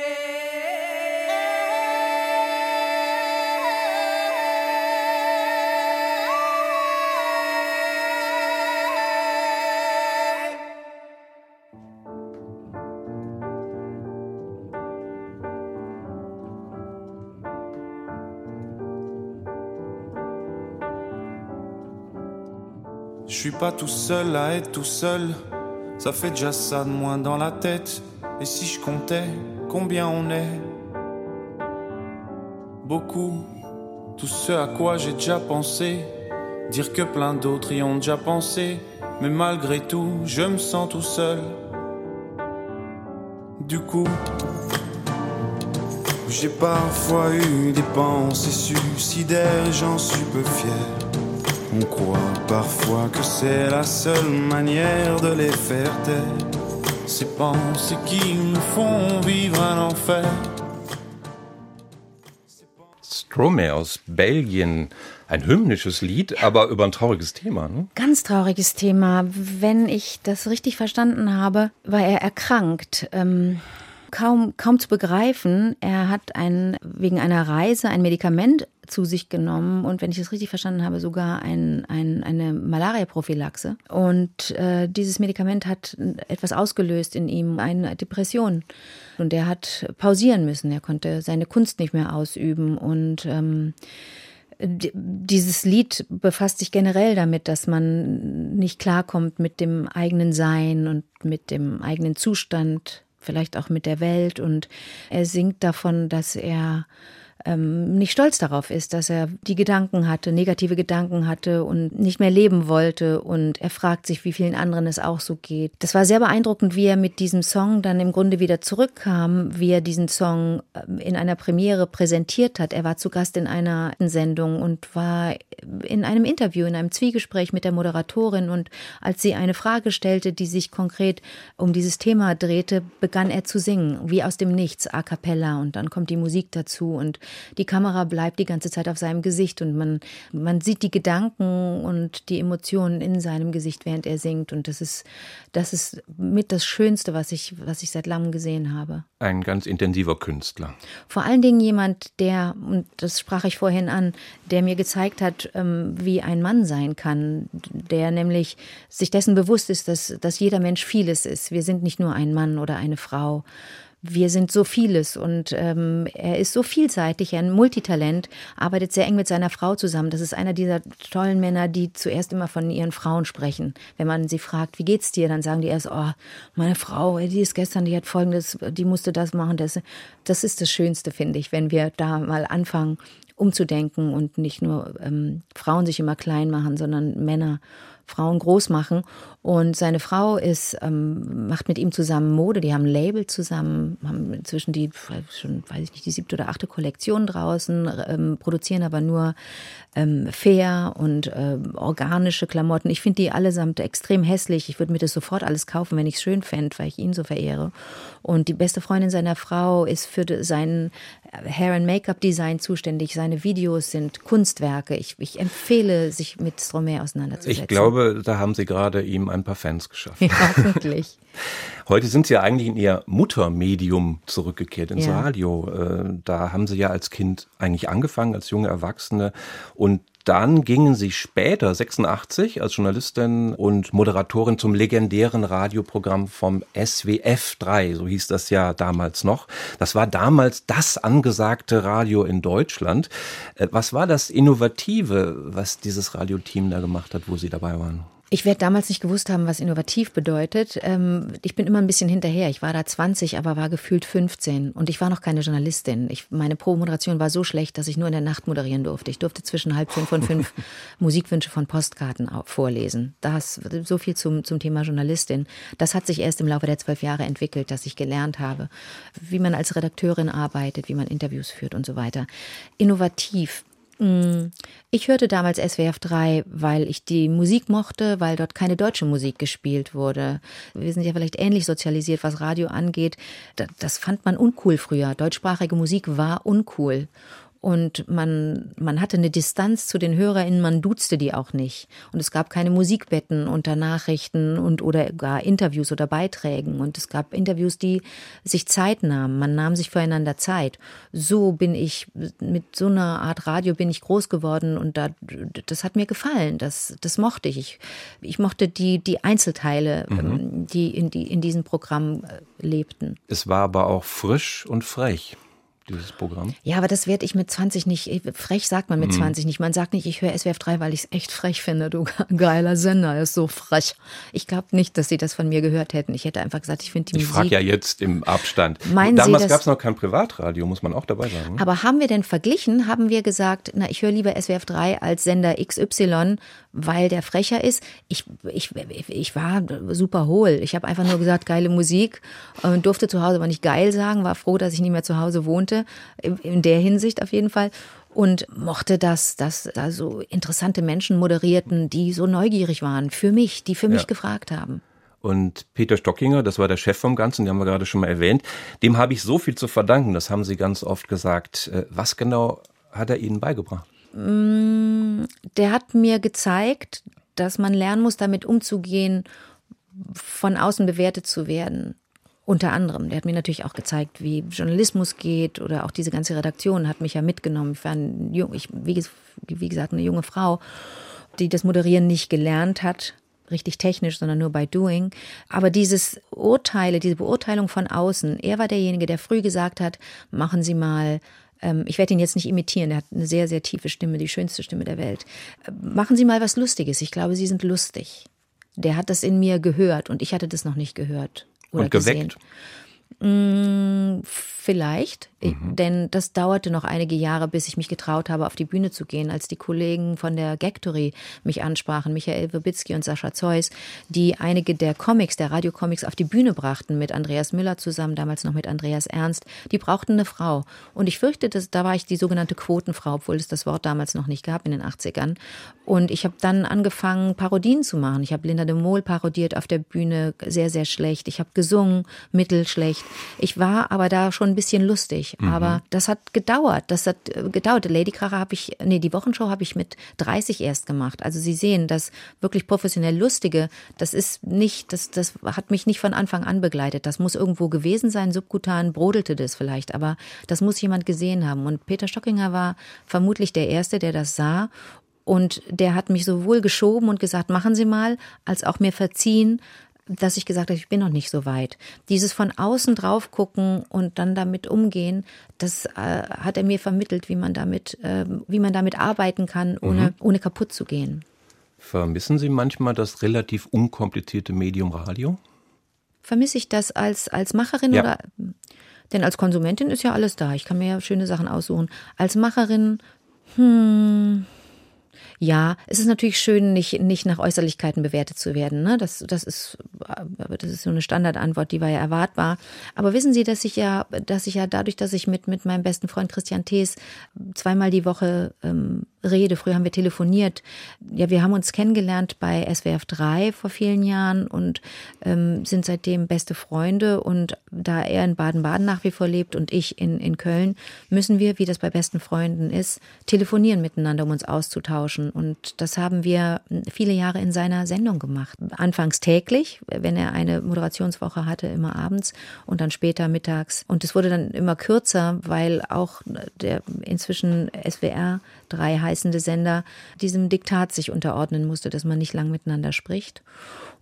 Je suis pas tout seul à être tout seul, ça fait déjà ça de moins dans la tête. Et si je comptais combien on est? Beaucoup, tout ce à quoi j'ai déjà pensé, dire que plein d'autres y ont déjà pensé. Mais malgré tout, je me sens tout seul. Du coup, j'ai parfois eu des pensées suicidaires et j'en suis peu fier. On croit parfois que c'est la seule manière de les faire taire. Ces pensées qui nous font vivre un enfer. Stromae aus Belgien, ein hymnisches Lied, aber über ein trauriges Thema, ne? Ganz trauriges Thema. Wenn ich das richtig verstanden habe, war er erkrankt. Kaum zu begreifen. Er hat wegen einer Reise ein Medikament zu sich genommen und wenn ich das richtig verstanden habe, sogar eine Malaria-Prophylaxe. Und dieses Medikament hat etwas ausgelöst in ihm, eine Depression. Und er hat pausieren müssen. Er konnte seine Kunst nicht mehr ausüben. Und dieses Lied befasst sich generell damit, dass man nicht klarkommt mit dem eigenen Sein und mit dem eigenen Zustand, vielleicht auch mit der Welt. Und er singt davon, dass er nicht stolz darauf ist, dass er die Gedanken hatte, negative Gedanken hatte und nicht mehr leben wollte. Und er fragt sich, wie vielen anderen es auch so geht. Das war sehr beeindruckend, wie er mit diesem Song dann im Grunde wieder zurückkam, wie er diesen Song in einer Premiere präsentiert hat. Er war zu Gast in einer Sendung und war in einem Interview, in einem Zwiegespräch mit der Moderatorin. Und als sie eine Frage stellte, die sich konkret um dieses Thema drehte, begann er zu singen, wie aus dem Nichts, a cappella. Und dann kommt die Musik dazu und die Kamera bleibt die ganze Zeit auf seinem Gesicht und man sieht die Gedanken und die Emotionen in seinem Gesicht, während er singt. Und das ist mit das Schönste, was ich seit langem gesehen habe. Ein ganz intensiver Künstler. Vor allen Dingen jemand, und das sprach ich vorhin an, der mir gezeigt hat, wie ein Mann sein kann, der nämlich sich dessen bewusst ist, dass jeder Mensch vieles ist. Wir sind nicht nur ein Mann oder eine Frau. Wir sind so vieles und er ist so vielseitig, ein Multitalent, arbeitet sehr eng mit seiner Frau zusammen. Das ist einer dieser tollen Männer, die zuerst immer von ihren Frauen sprechen. Wenn man sie fragt, wie geht's dir, dann sagen die erst, oh, meine Frau, die ist gestern, die hat Folgendes, die musste das machen. Das ist das Schönste, finde ich, wenn wir da mal anfangen, umzudenken und nicht nur Frauen sich immer klein machen, sondern Männer Frauen groß machen. Und seine Frau macht mit ihm zusammen Mode, die haben ein Label zusammen, haben inzwischen die 7. oder 8. Kollektion draußen, produzieren aber nur fair und organische Klamotten. Ich finde die allesamt extrem hässlich. Ich würde mir das sofort alles kaufen, wenn ich es schön fände, weil ich ihn so verehre. Und die beste Freundin seiner Frau ist für sein Hair- and Make-up-Design zuständig. Seine Videos sind Kunstwerke. Ich empfehle, sich mit Stromae auseinanderzusetzen. Ich glaube, da haben Sie gerade ihm ein paar Fans geschaffen. Ja, hoffentlich. Heute sind Sie ja eigentlich in Ihr Muttermedium zurückgekehrt, ins Radio. Da haben Sie ja als Kind eigentlich angefangen, als junge Erwachsene. Und dann gingen Sie später, 86, als Journalistin und Moderatorin zum legendären Radioprogramm vom SWF 3, so hieß das ja damals noch. Das war damals das angesagte Radio in Deutschland. Was war das Innovative, was dieses Radioteam da gemacht hat, wo Sie dabei waren? Ich werde damals nicht gewusst haben, was innovativ bedeutet. Ich bin immer ein bisschen hinterher. Ich war da 20, aber war gefühlt 15. Und ich war noch keine Journalistin. Meine Pro-Moderation war so schlecht, dass ich nur in der Nacht moderieren durfte. Ich durfte zwischen 4:30 und 5 Musikwünsche von Postkarten vorlesen. So viel zum Thema Journalistin. Das hat sich erst im Laufe der 12 Jahre entwickelt, dass ich gelernt habe, wie man als Redakteurin arbeitet, wie man Interviews führt und so weiter. Innovativ. Ich hörte damals SWF 3, weil ich die Musik mochte, weil dort keine deutsche Musik gespielt wurde. Wir sind ja vielleicht ähnlich sozialisiert, was Radio angeht. Das fand man uncool früher. Deutschsprachige Musik war uncool. Und man hatte eine Distanz zu den HörerInnen, man duzte die auch nicht. Und es gab keine Musikbetten unter Nachrichten oder gar Interviews oder Beiträgen. Und es gab Interviews, die sich Zeit nahmen. Man nahm sich füreinander Zeit. Mit so einer Art Radio bin ich groß geworden und das hat mir gefallen. Das mochte ich. Ich mochte die Einzelteile, die in diesem Programm lebten. Es war aber auch frisch und frech, dieses Programm. Ja, aber das werde ich mit 20 nicht, frech sagt man mit 20 nicht. Man sagt nicht, ich höre SWF 3, weil ich es echt frech finde. Du geiler Sender, er ist so frech. Ich glaube nicht, dass sie das von mir gehört hätten. Ich hätte einfach gesagt, ich finde die Musik... Ich frage ja jetzt im Abstand. Meinen Damals Sie, gab es noch kein Privatradio, muss man auch dabei sagen. Ne? Aber haben wir denn verglichen? Haben wir gesagt, ich höre lieber SWF 3 als Sender XY, weil der frecher ist? Ich war super hohl. Ich habe einfach nur gesagt, geile Musik, durfte zu Hause aber nicht geil sagen, war froh, dass ich nicht mehr zu Hause wohnte. In der Hinsicht auf jeden Fall. Und mochte dass da so interessante Menschen moderierten, die so neugierig waren für mich, die für mich gefragt haben. Und Peter Stockinger, das war der Chef vom Ganzen, den haben wir gerade schon mal erwähnt, dem habe ich so viel zu verdanken, das haben Sie ganz oft gesagt. Was genau hat er Ihnen beigebracht? Der hat mir gezeigt, dass man lernen muss, damit umzugehen, von außen bewertet zu werden. Unter anderem. Der hat mir natürlich auch gezeigt, wie Journalismus geht oder auch diese ganze Redaktion hat mich ja mitgenommen. Ich war wie gesagt, eine junge Frau, die das Moderieren nicht gelernt hat, richtig technisch, sondern nur by doing. Aber diese Beurteilung von außen, er war derjenige, der früh gesagt hat, machen Sie mal, ich werde ihn jetzt nicht imitieren, er hat eine sehr, sehr tiefe Stimme, die schönste Stimme der Welt. Machen Sie mal was Lustiges, ich glaube, Sie sind lustig. Der hat das in mir gehört und ich hatte das noch nicht gehört. Und geweckt? Vielleicht, denn das dauerte noch einige Jahre, bis ich mich getraut habe, auf die Bühne zu gehen, als die Kollegen von der Gagtory mich ansprachen, Michael Werbitzky und Sascha Zeus, die einige der Radiocomics auf die Bühne brachten, mit Andreas Müller zusammen, damals noch mit Andreas Ernst. Die brauchten eine Frau. Und ich fürchte, da war ich die sogenannte Quotenfrau, obwohl es das Wort damals noch nicht gab in den 80ern. Und ich habe dann angefangen, Parodien zu machen. Ich habe Linda de Mol parodiert auf der Bühne, sehr, sehr schlecht. Ich habe gesungen, mittelschlecht. Ich war aber da schon ein bisschen lustig. Aber das hat gedauert. Lady Kracher die Wochenshow habe ich mit 30 erst gemacht. Also Sie sehen, das wirklich professionell Lustige, das hat mich nicht von Anfang an begleitet. Das muss irgendwo gewesen sein, subkutan brodelte das vielleicht, aber das muss jemand gesehen haben. Und Peter Stockinger war vermutlich der Erste, der das sah. Und der hat mich sowohl geschoben und gesagt, machen Sie mal, als auch mir verziehen, dass ich gesagt habe, ich bin noch nicht so weit. Dieses von außen drauf gucken und dann damit umgehen, das hat er mir vermittelt, wie man damit arbeiten kann, ohne kaputt zu gehen. Vermissen Sie manchmal das relativ unkomplizierte Medium Radio? Vermisse ich das als Macherin oder? Denn als Konsumentin ist ja alles da. Ich kann mir ja schöne Sachen aussuchen. Als Macherin, ja, es ist natürlich schön, nicht nach Äußerlichkeiten bewertet zu werden. Ne? Das ist so eine Standardantwort, die war ja erwartbar. Aber wissen Sie, dass ich ja dadurch, dass ich mit meinem besten Freund Christian Thees zweimal die Woche rede, früher haben wir telefoniert, ja, wir haben uns kennengelernt bei SWF 3 vor vielen Jahren und sind seitdem beste Freunde. Und da er in Baden-Baden nach wie vor lebt und ich in Köln, müssen wir, wie das bei besten Freunden ist, telefonieren miteinander, um uns auszutauschen. Und das haben wir viele Jahre in seiner Sendung gemacht. Anfangs täglich, wenn er eine Moderationswoche hatte, immer abends und dann später mittags. Und es wurde dann immer kürzer, weil auch der inzwischen SWR 3 heißende Sender diesem Diktat sich unterordnen musste, dass man nicht lang miteinander spricht.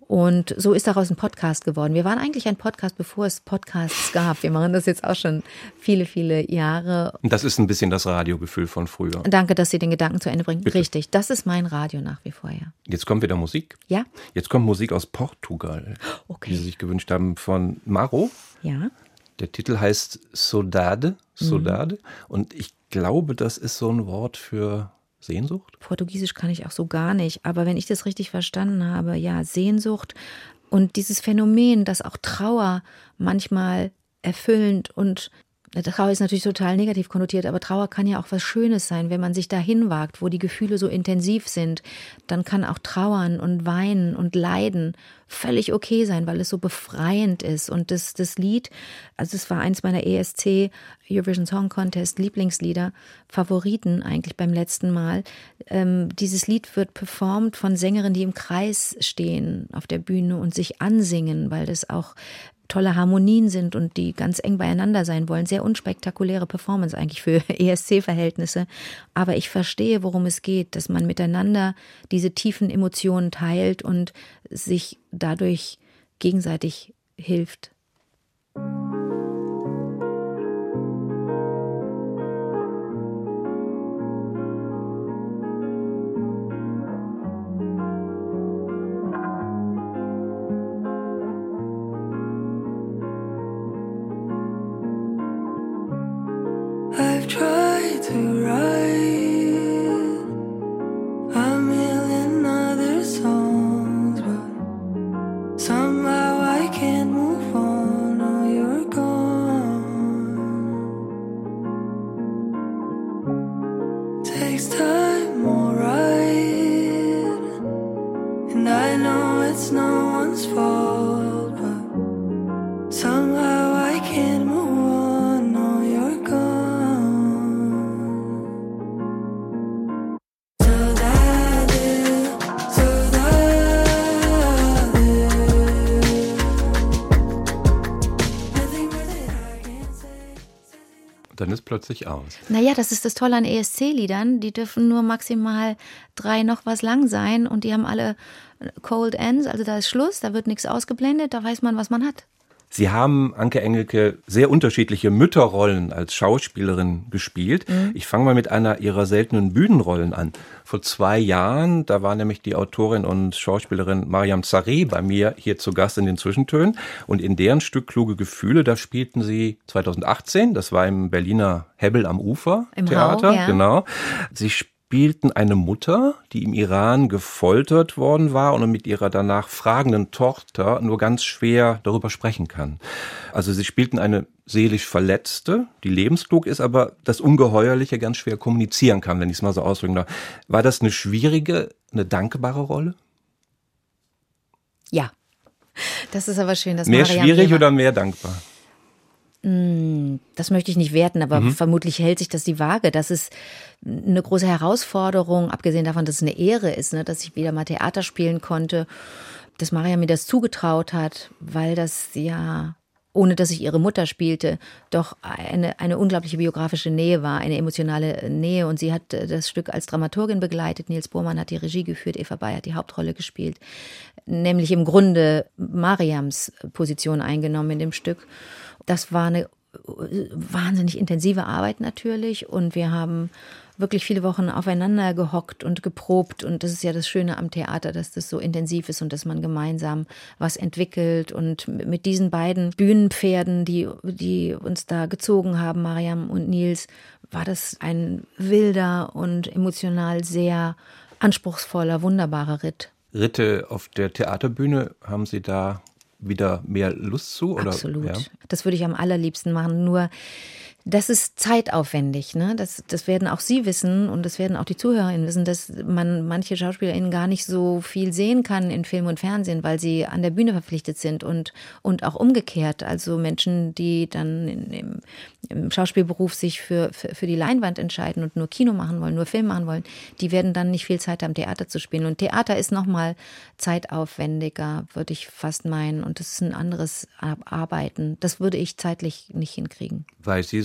Und so ist daraus ein Podcast geworden. Wir waren eigentlich ein Podcast, bevor es Podcasts gab. Wir machen das jetzt auch schon viele, viele Jahre. Und das ist ein bisschen das Radiogefühl von früher. Danke, dass Sie den Gedanken zu Ende bringen. Bitte. Richtig, das ist mein Radio nach wie vor, ja. Jetzt kommt wieder Musik. Ja? Jetzt kommt Musik aus Portugal, Okay. die Sie sich gewünscht haben von Maro. Ja. Der Titel heißt Saudade. Und ich glaube, das ist so ein Wort für Sehnsucht. Portugiesisch kann ich auch so gar nicht. Aber wenn ich das richtig verstanden habe, ja, Sehnsucht und dieses Phänomen, dass auch Trauer manchmal erfüllend und Trauer ist natürlich total negativ konnotiert, aber Trauer kann ja auch was Schönes sein, wenn man sich dahin wagt, wo die Gefühle so intensiv sind, dann kann auch Trauern und Weinen und Leiden völlig okay sein, weil es so befreiend ist. Und das Lied, also es war eins meiner ESC, Eurovision Song Contest, Lieblingslieder, Favoriten eigentlich beim letzten Mal. Dieses Lied wird performt von Sängerinnen, die im Kreis stehen auf der Bühne und sich ansingen, weil das auch tolle Harmonien sind und die ganz eng beieinander sein wollen. Sehr unspektakuläre Performance eigentlich für ESC-Verhältnisse. Aber ich verstehe, worum es geht, dass man miteinander diese tiefen Emotionen teilt und sich dadurch gegenseitig hilft. I've tried to write a million other songs, but somehow I can't move on. Oh, you're gone. Takes time, alright, and I know it's no one's fault, but somehow I can't move on. Oh, you're gone. Dann ist plötzlich aus. Naja, das ist das Tolle an ESC-Liedern. Die dürfen nur maximal 3 noch was lang sein und die haben alle Cold Ends, also da ist Schluss, da wird nichts ausgeblendet, da weiß man, was man hat. Sie haben, Anke Engelke, sehr unterschiedliche Mütterrollen als Schauspielerin gespielt. Ich fange mal mit einer ihrer seltenen Bühnenrollen an. Vor 2 Jahren, da war nämlich die Autorin und Schauspielerin Mariam Zareh bei mir hier zu Gast in den Zwischentönen. Und in deren Stück Kluge Gefühle, da spielten sie 2018, das war im Berliner Hebbel am Ufer Im Theater. Hau, ja. Genau. Sie spielten eine Mutter, die im Iran gefoltert worden war und mit ihrer danach fragenden Tochter nur ganz schwer darüber sprechen kann. Also sie spielten eine seelisch Verletzte, die lebensklug ist, aber das Ungeheuerliche ganz schwer kommunizieren kann, wenn ich es mal so ausdrücken darf. War das eine schwierige, eine dankbare Rolle? Ja, das ist aber schön, dass Mehr Mariam schwierig jemand- oder mehr dankbar? Das möchte ich nicht werten, aber vermutlich hält sich das die Waage. Das ist eine große Herausforderung, abgesehen davon, dass es eine Ehre ist, ne, dass ich wieder mal Theater spielen konnte, dass Mariam mir das zugetraut hat, weil das ja, ohne dass ich ihre Mutter spielte, doch eine unglaubliche biografische Nähe war, eine emotionale Nähe. Und sie hat das Stück als Dramaturgin begleitet. Nils Bohrmann hat die Regie geführt, Eva Bay hat die Hauptrolle gespielt. Nämlich im Grunde Mariams Position eingenommen in dem Stück. Das war eine wahnsinnig intensive Arbeit natürlich und wir haben wirklich viele Wochen aufeinander gehockt und geprobt und das ist ja das Schöne am Theater, dass das so intensiv ist und dass man gemeinsam was entwickelt und mit diesen beiden Bühnenpferden, die uns da gezogen haben, Mariam und Nils, war das ein wilder und emotional sehr anspruchsvoller, wunderbarer Ritt. Ritte auf der Theaterbühne, haben Sie da wieder mehr Lust zu? Oder? Absolut. Ja. Das würde ich am allerliebsten machen. Nur, das ist zeitaufwendig. Ne? Das werden auch Sie wissen und das werden auch die ZuhörerInnen wissen, dass man manche SchauspielerInnen gar nicht so viel sehen kann in Film und Fernsehen, weil sie an der Bühne verpflichtet sind und auch umgekehrt. Also Menschen, die dann im Schauspielberuf sich für die Leinwand entscheiden und nur Kino machen wollen, nur Film machen wollen, die werden dann nicht viel Zeit haben, Theater zu spielen. Und Theater ist nochmal zeitaufwendiger, würde ich fast meinen. Und das ist ein anderes Arbeiten. Das würde ich zeitlich nicht hinkriegen. Weil Sie so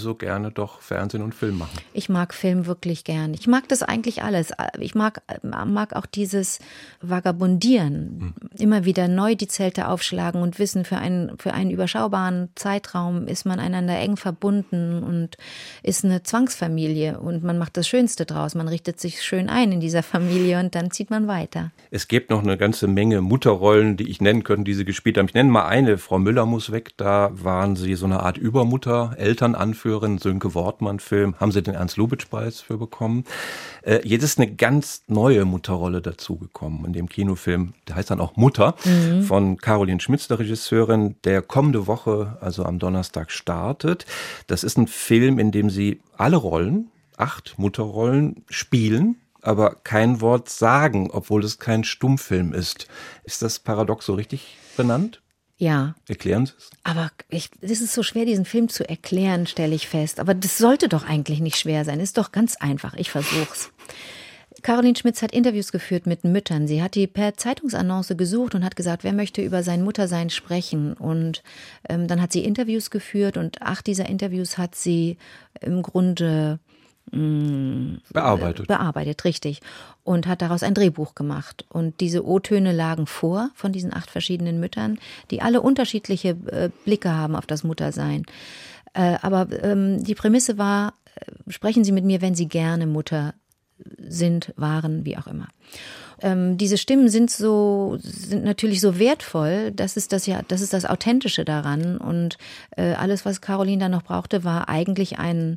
so gerne doch Fernsehen und Film machen. Ich mag Film wirklich gern. Ich mag das eigentlich alles. Ich mag auch dieses Vagabundieren. Immer wieder neu die Zelte aufschlagen und wissen, für einen überschaubaren Zeitraum ist man einander eng verbunden und ist eine Zwangsfamilie. Und man macht das Schönste draus. Man richtet sich schön ein in dieser Familie und dann zieht man weiter. Es gibt noch eine ganze Menge Mutterrollen, die ich nennen könnte, die Sie gespielt haben. Ich nenne mal eine, Frau Müller muss weg. Da waren Sie so eine Art Übermutter, Elternanführerin, Sönke Wortmann-Film. Haben Sie den Ernst-Lubitsch-Preis für bekommen. Jetzt ist eine ganz neue Mutterrolle dazugekommen in dem Kinofilm. Der heißt dann auch Mutter, von Caroline Schmitz, der Regisseurin, der kommende Woche, also am Donnerstag, startet. Das ist ein Film, in dem Sie alle Rollen, 8 Mutterrollen, spielen, aber kein Wort sagen, obwohl es kein Stummfilm ist. Ist das paradox so richtig benannt? Ja. Erklären Sie es. Aber es ist so schwer, diesen Film zu erklären, stelle ich fest. Aber das sollte doch eigentlich nicht schwer sein. Ist doch ganz einfach. Ich versuch's. Caroline Schmitz hat Interviews geführt mit Müttern. Sie hat die per Zeitungsannonce gesucht und hat gesagt, wer möchte über sein Muttersein sprechen. Und dann hat sie Interviews geführt und 8 dieser Interviews hat sie im Grunde bearbeitet, richtig. Und hat daraus ein Drehbuch gemacht. Und diese O-Töne lagen vor von diesen 8 verschiedenen Müttern, die alle unterschiedliche Blicke haben auf das Muttersein. Aber die Prämisse war, sprechen Sie mit mir, wenn Sie gerne Mutter sind, waren, wie auch immer. Diese Stimmen sind natürlich so wertvoll, das ist das Authentische daran. Und alles, was Caroline da noch brauchte, war eigentlich ein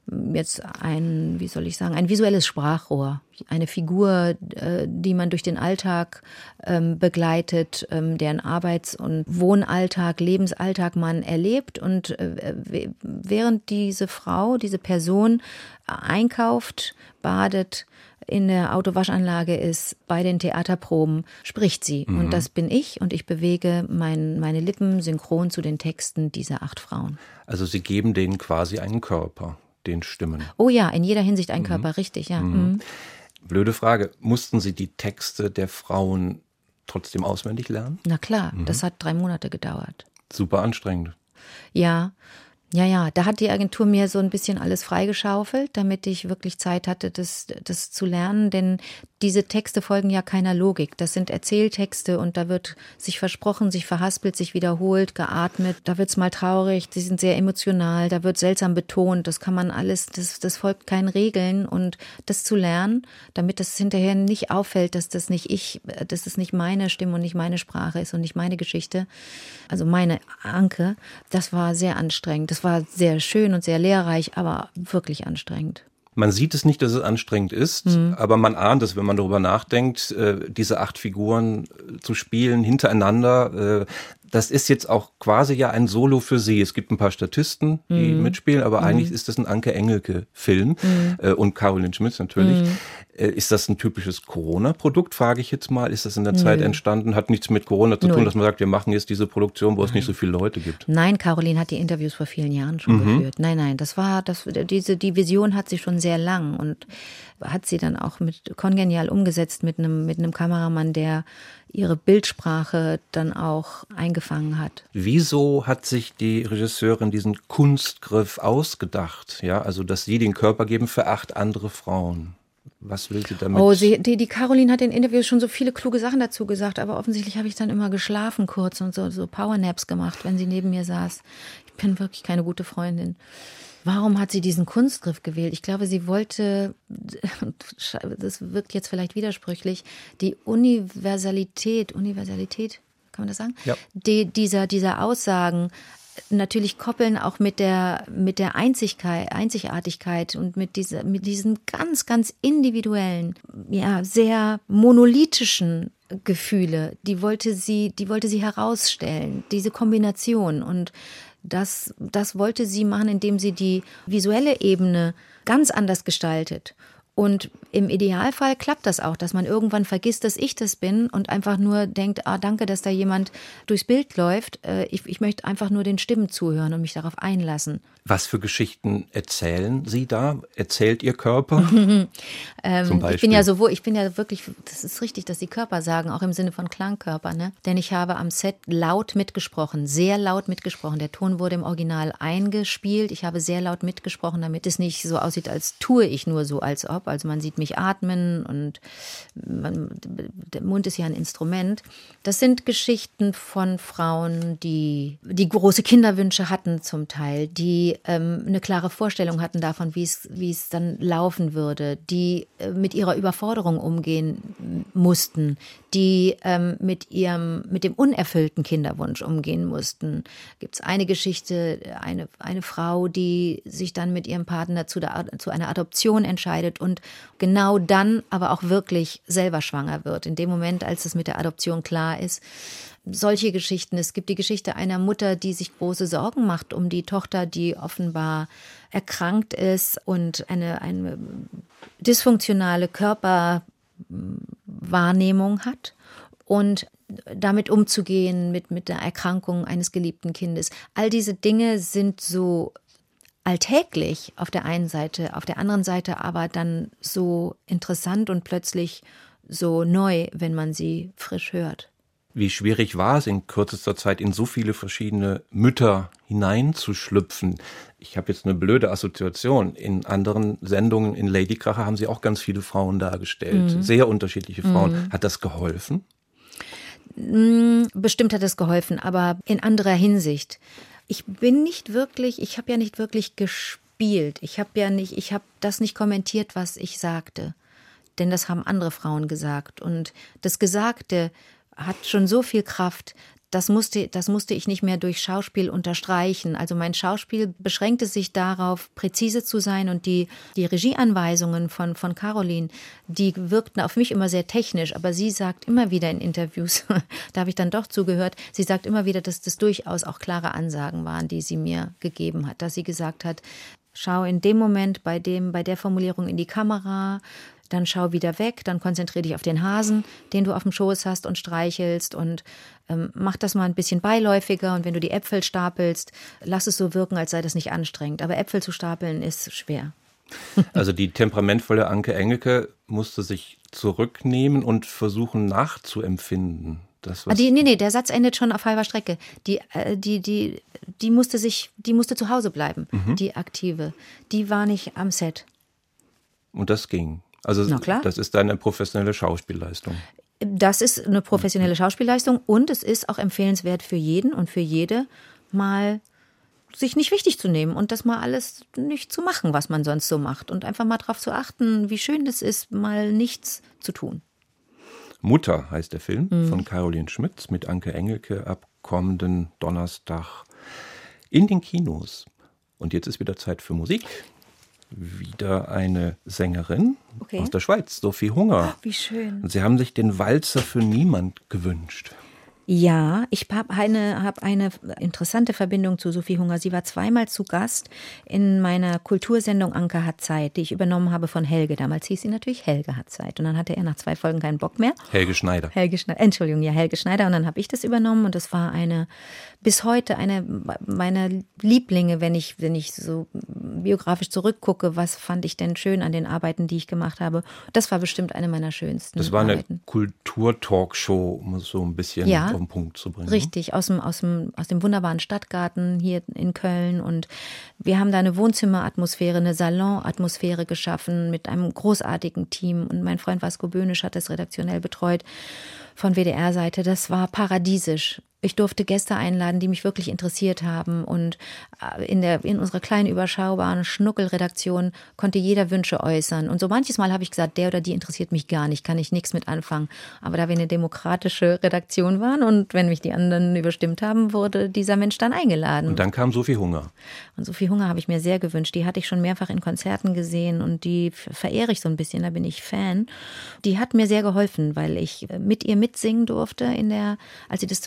visuelles Sprachrohr. Eine Figur, die man durch den Alltag begleitet, deren Arbeits- und Wohnalltag, Lebensalltag man erlebt. Und während diese Person einkauft, badet, in der Autowaschanlage ist, bei den Theaterproben, spricht sie. Und das bin ich und ich bewege meine Lippen synchron zu den Texten dieser 8 Frauen. Also Sie geben denen quasi einen Körper, den Stimmen. Oh ja, in jeder Hinsicht ein Körper, richtig, ja. Blöde Frage, mussten Sie die Texte der Frauen trotzdem auswendig lernen? Na klar, das hat 3 Monate gedauert. Super anstrengend. Ja, da hat die Agentur mir so ein bisschen alles freigeschaufelt, damit ich wirklich Zeit hatte, das zu lernen, denn diese Texte folgen ja keiner Logik. Das sind Erzähltexte und da wird sich versprochen, sich verhaspelt, sich wiederholt, geatmet. Da wird's mal traurig, die sind sehr emotional, da wird seltsam betont. Das kann man alles, das folgt keinen Regeln und das zu lernen, damit das hinterher nicht auffällt, dass das nicht meine Stimme und nicht meine Sprache ist und nicht meine Geschichte, also meine Anke, das war sehr anstrengend. Das war sehr schön und sehr lehrreich, aber wirklich anstrengend. Man sieht es nicht, dass es anstrengend ist, aber man ahnt es, wenn man darüber nachdenkt, diese 8 Figuren zu spielen hintereinander. Das ist jetzt auch quasi ja ein Solo für Sie. Es gibt ein paar Statisten, die mitspielen, aber eigentlich ist das ein Anke Engelke-Film und Caroline Schmitz natürlich. Ist das ein typisches Corona-Produkt, frage ich jetzt mal? Ist das in der Zeit entstanden? Hat nichts mit Corona zu tun, dass man sagt, wir machen jetzt diese Produktion, wo es nicht so viele Leute gibt? Nein, Caroline hat die Interviews vor vielen Jahren schon geführt. Nein, die Vision hat sie schon sehr lang und hat sie dann auch kongenial umgesetzt mit einem Kameramann, der ihre Bildsprache dann auch eingefangen hat. Wieso hat sich die Regisseurin diesen Kunstgriff ausgedacht? Ja, also, dass Sie den Körper geben für 8 andere Frauen. Was will sie damit? Oh, die Caroline hat in Interviews schon so viele kluge Sachen dazu gesagt, aber offensichtlich habe ich dann immer geschlafen kurz und so Powernaps gemacht, wenn sie neben mir saß. Ich bin wirklich keine gute Freundin. Warum hat sie diesen Kunstgriff gewählt? Ich glaube, sie wollte, das wirkt jetzt vielleicht widersprüchlich, die Universalität, kann man das sagen? Ja. Dieser Aussagen natürlich koppeln auch mit der Einzigartigkeit und mit diesen ganz, ganz individuellen, ja, sehr monolithischen Gefühle, die wollte sie herausstellen, diese Kombination. Und das wollte sie machen, indem sie die visuelle Ebene ganz anders gestaltet. Und im Idealfall klappt das auch, dass man irgendwann vergisst, dass ich das bin und einfach nur denkt, danke, dass da jemand durchs Bild läuft. Ich möchte einfach nur den Stimmen zuhören und mich darauf einlassen. Was für Geschichten erzählen Sie da? Erzählt Ihr Körper? Zum Beispiel? Ich bin ja wirklich, das ist richtig, dass Sie Körper sagen, auch im Sinne von Klangkörper, ne? Denn ich habe am Set laut mitgesprochen, sehr laut mitgesprochen. Der Ton wurde im Original eingespielt. Ich habe sehr laut mitgesprochen, damit es nicht so aussieht, als tue ich nur so, als ob. Also man sieht mich atmen und der Mund ist ja ein Instrument. Das sind Geschichten von Frauen, die große Kinderwünsche hatten zum Teil, die eine klare Vorstellung hatten davon, wie es dann laufen würde, die mit ihrer Überforderung umgehen mussten, die mit dem unerfüllten Kinderwunsch umgehen mussten. Gibt es eine Geschichte, eine Frau, die sich dann mit ihrem Partner zu einer Adoption entscheidet und genau dann aber auch wirklich selber schwanger wird. In dem Moment, als es mit der Adoption klar ist. Solche Geschichten. Es gibt die Geschichte einer Mutter, die sich große Sorgen macht um die Tochter, die offenbar erkrankt ist und eine dysfunktionale Körperwahrnehmung hat und damit umzugehen mit der Erkrankung eines geliebten Kindes. All diese Dinge sind so alltäglich auf der einen Seite, auf der anderen Seite aber dann so interessant und plötzlich so neu, wenn man sie frisch hört. Wie schwierig war es in kürzester Zeit, in so viele verschiedene Mütter hineinzuschlüpfen? Ich habe jetzt eine blöde Assoziation. In anderen Sendungen in Ladykracher haben Sie auch ganz viele Frauen dargestellt, sehr unterschiedliche Frauen. Hat das geholfen? Bestimmt hat es geholfen, aber in anderer Hinsicht. Ich habe ja nicht wirklich gespielt. Ich habe das nicht kommentiert, was ich sagte. Denn das haben andere Frauen gesagt. Und das Gesagte hat schon so viel Kraft, das musste ich nicht mehr durch Schauspiel unterstreichen. Also mein Schauspiel beschränkte sich darauf, präzise zu sein und die Regieanweisungen von Caroline, die wirkten auf mich immer sehr technisch, aber sie sagt immer wieder in Interviews, da habe ich dann doch zugehört, sie sagt immer wieder, dass das durchaus auch klare Ansagen waren, die sie mir gegeben hat, dass sie gesagt hat, schau in dem Moment bei der Formulierung in die Kamera, dann schau wieder weg, dann konzentriere dich auf den Hasen, den du auf dem Schoß hast und streichelst und mach das mal ein bisschen beiläufiger und wenn du die Äpfel stapelst, lass es so wirken, als sei das nicht anstrengend. Aber Äpfel zu stapeln ist schwer. Also die temperamentvolle Anke Engelke musste sich zurücknehmen und versuchen nachzuempfinden. Der Satz endet schon auf halber Strecke. Die musste zu Hause bleiben, die Aktive. Die war nicht am Set. Und das ging. Also das ist eine professionelle Schauspielleistung. Das ist eine professionelle Schauspielleistung und es ist auch empfehlenswert für jeden und für jede, mal sich nicht wichtig zu nehmen und das mal alles nicht zu machen, was man sonst so macht. Und einfach mal darauf zu achten, wie schön es ist, mal nichts zu tun. Mutter heißt der Film von Caroline Schmitz mit Anke Engelke ab kommenden Donnerstag in den Kinos. Und jetzt ist wieder Zeit für Musik. Wieder eine Sängerin aus der Schweiz, Sophie Hunger. Oh, wie schön. Sie haben sich den Walzer für niemand gewünscht. Ja, ich habe eine interessante Verbindung zu Sophie Hunger. Sie war zweimal zu Gast in meiner Kultursendung Anke hat Zeit, die ich übernommen habe von Helge. Damals hieß sie natürlich Helge hat Zeit. Und dann hatte er nach 2 Folgen keinen Bock mehr. Helge Schneider. Helge Schneider. Und dann habe ich das übernommen und das war bis heute eine meiner Lieblinge, wenn ich so biografisch zurückgucke, was fand ich denn schön an den Arbeiten, die ich gemacht habe. Das war bestimmt eine meiner schönsten Das war eine Arbeiten. Kultur-Talkshow, um es so ein bisschen auf den Punkt zu bringen. Richtig, aus dem wunderbaren Stadtgarten hier in Köln. Und wir haben da eine Wohnzimmeratmosphäre, eine Salonatmosphäre geschaffen mit einem großartigen Team. Und mein Freund Vasco Böhnisch hat das redaktionell betreut von WDR-Seite. Das war paradiesisch. Ich durfte Gäste einladen, die mich wirklich interessiert haben. Und in unserer kleinen, überschaubaren Schnuckelredaktion konnte jeder Wünsche äußern. Und so manches Mal habe ich gesagt, der oder die interessiert mich gar nicht, kann ich nichts mit anfangen. Aber da wir eine demokratische Redaktion waren und wenn mich die anderen überstimmt haben, wurde dieser Mensch dann eingeladen. Und dann kam Sophie Hunger. Und Sophie Hunger habe ich mir sehr gewünscht. Die hatte ich schon mehrfach in Konzerten gesehen und die verehre ich so ein bisschen, da bin ich Fan. Die hat mir sehr geholfen, weil ich mit ihr mitsingen durfte, als sie das zweite Mal da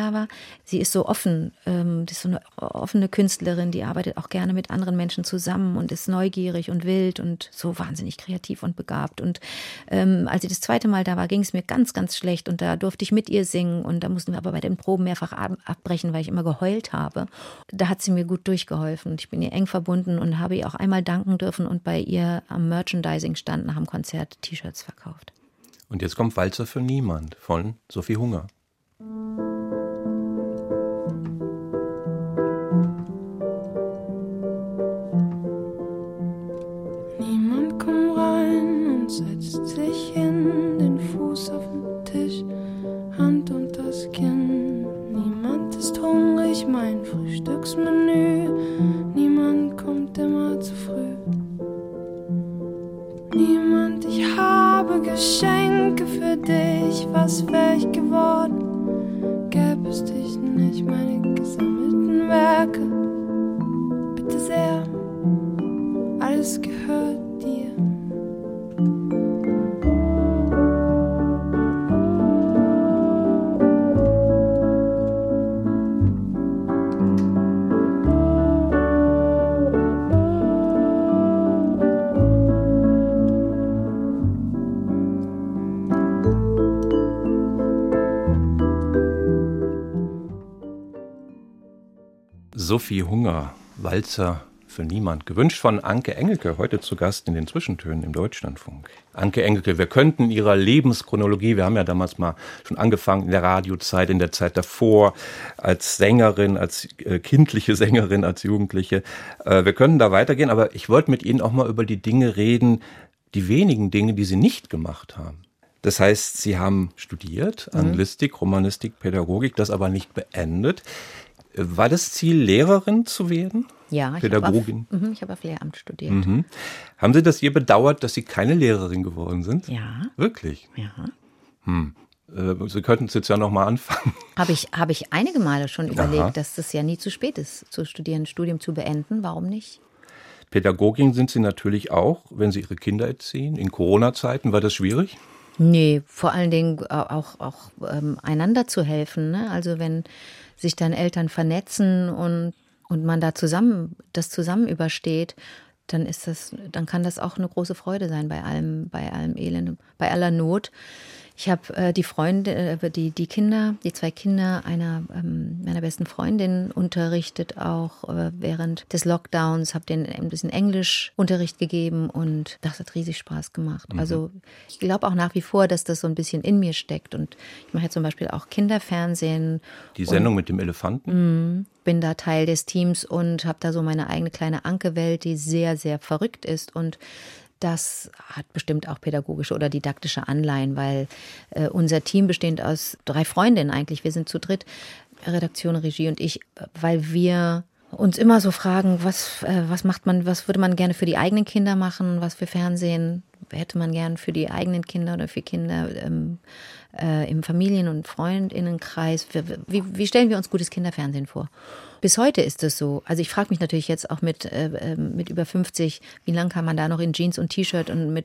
da war. Sie ist so offen, das ist so eine offene Künstlerin, die arbeitet auch gerne mit anderen Menschen zusammen und ist neugierig und wild und so wahnsinnig kreativ und begabt. Und als sie das zweite Mal da war, ging es mir ganz, ganz schlecht und da durfte ich mit ihr singen und da mussten wir aber bei den Proben mehrfach abbrechen, weil ich immer geheult habe. Da hat sie mir gut durchgeholfen. Ich bin ihr eng verbunden und habe ihr auch einmal danken dürfen und bei ihr am Merchandising-Stand nach dem Konzert T-Shirts verkauft. Und jetzt kommt Walzer für niemand von Sophie Hunger. Niemand kommt rein und setzt sich hin, den Fuß auf den Tisch, Hand unters Kinn. Niemand ist hungrig, mein Frühstücksmenü. Niemand kommt immer zu früh. Niemand, ich habe Geschenke für dich. Was wär ich geworden, gäbe es dich nicht, meine gesammelten Werke. Bitte sehr, alles gehört dir. Sophie Hunger, Walzer für niemand. Gewünscht von Anke Engelke, heute zu Gast in den Zwischentönen im Deutschlandfunk. Anke Engelke, wir könnten ihrer Lebenschronologie, wir haben ja damals mal schon angefangen in der Radiozeit, in der Zeit davor, als Sängerin, als kindliche Sängerin, als Jugendliche. Wir können da weitergehen, aber ich wollte mit Ihnen auch mal über die Dinge reden, die wenigen Dinge, die Sie nicht gemacht haben. Das heißt, Sie haben studiert, Anglistik, Romanistik, Pädagogik, das aber nicht beendet. War das Ziel, Lehrerin zu werden? Ja, Pädagogin? Ich habe auf Lehramt studiert. Mhm. Haben Sie das je bedauert, dass Sie keine Lehrerin geworden sind? Ja. Wirklich? Ja. Sie könnten es jetzt ja noch mal anfangen. Habe ich einige Male schon überlegt, dass das ja nie zu spät ist, zu studieren, ein Studium zu beenden. Warum nicht? Pädagogin sind Sie natürlich auch, wenn Sie Ihre Kinder erziehen. In Corona-Zeiten war das schwierig? Nee, vor allen Dingen auch einander zu helfen. Ne? Also wenn sich dann Eltern vernetzen und man da zusammen übersteht, dann kann das auch eine große Freude sein bei allem Elend, bei aller Not. Ich habe die zwei Kinder einer meiner besten Freundin unterrichtet, auch während des Lockdowns, habe denen ein bisschen Englischunterricht gegeben und das hat riesig Spaß gemacht. Also ich glaube auch nach wie vor, dass das so ein bisschen in mir steckt und ich mache ja zum Beispiel auch Kinderfernsehen. Die Sendung mit dem Elefanten? Bin da Teil des Teams und habe da so meine eigene kleine Anke-Welt, die sehr, sehr verrückt ist und das hat bestimmt auch pädagogische oder didaktische Anleihen, weil unser Team bestehend aus 3 Freundinnen eigentlich, wir sind zu dritt, Redaktion, Regie und ich, weil wir uns immer so fragen, was würde man gerne für die eigenen Kinder machen, was für Fernsehen hätte man gern für die eigenen Kinder oder für Kinder im Familien- und Freundinnenkreis. Wie stellen wir uns gutes Kinderfernsehen vor? Bis heute ist es so. Also ich frage mich natürlich jetzt auch mit über 50, wie lange kann man da noch in Jeans und T-Shirt und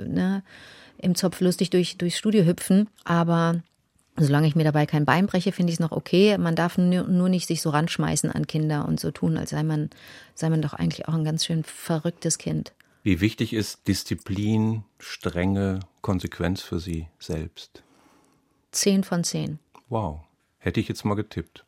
im Zopf lustig durchs Studio hüpfen. Aber solange ich mir dabei kein Bein breche, finde ich es noch okay. Man darf nur nicht sich so ranschmeißen an Kinder und so tun, als sei man doch eigentlich auch ein ganz schön verrücktes Kind. Wie wichtig ist Disziplin, Strenge, Konsequenz für Sie selbst? 10 von 10. Wow, hätte ich jetzt mal getippt.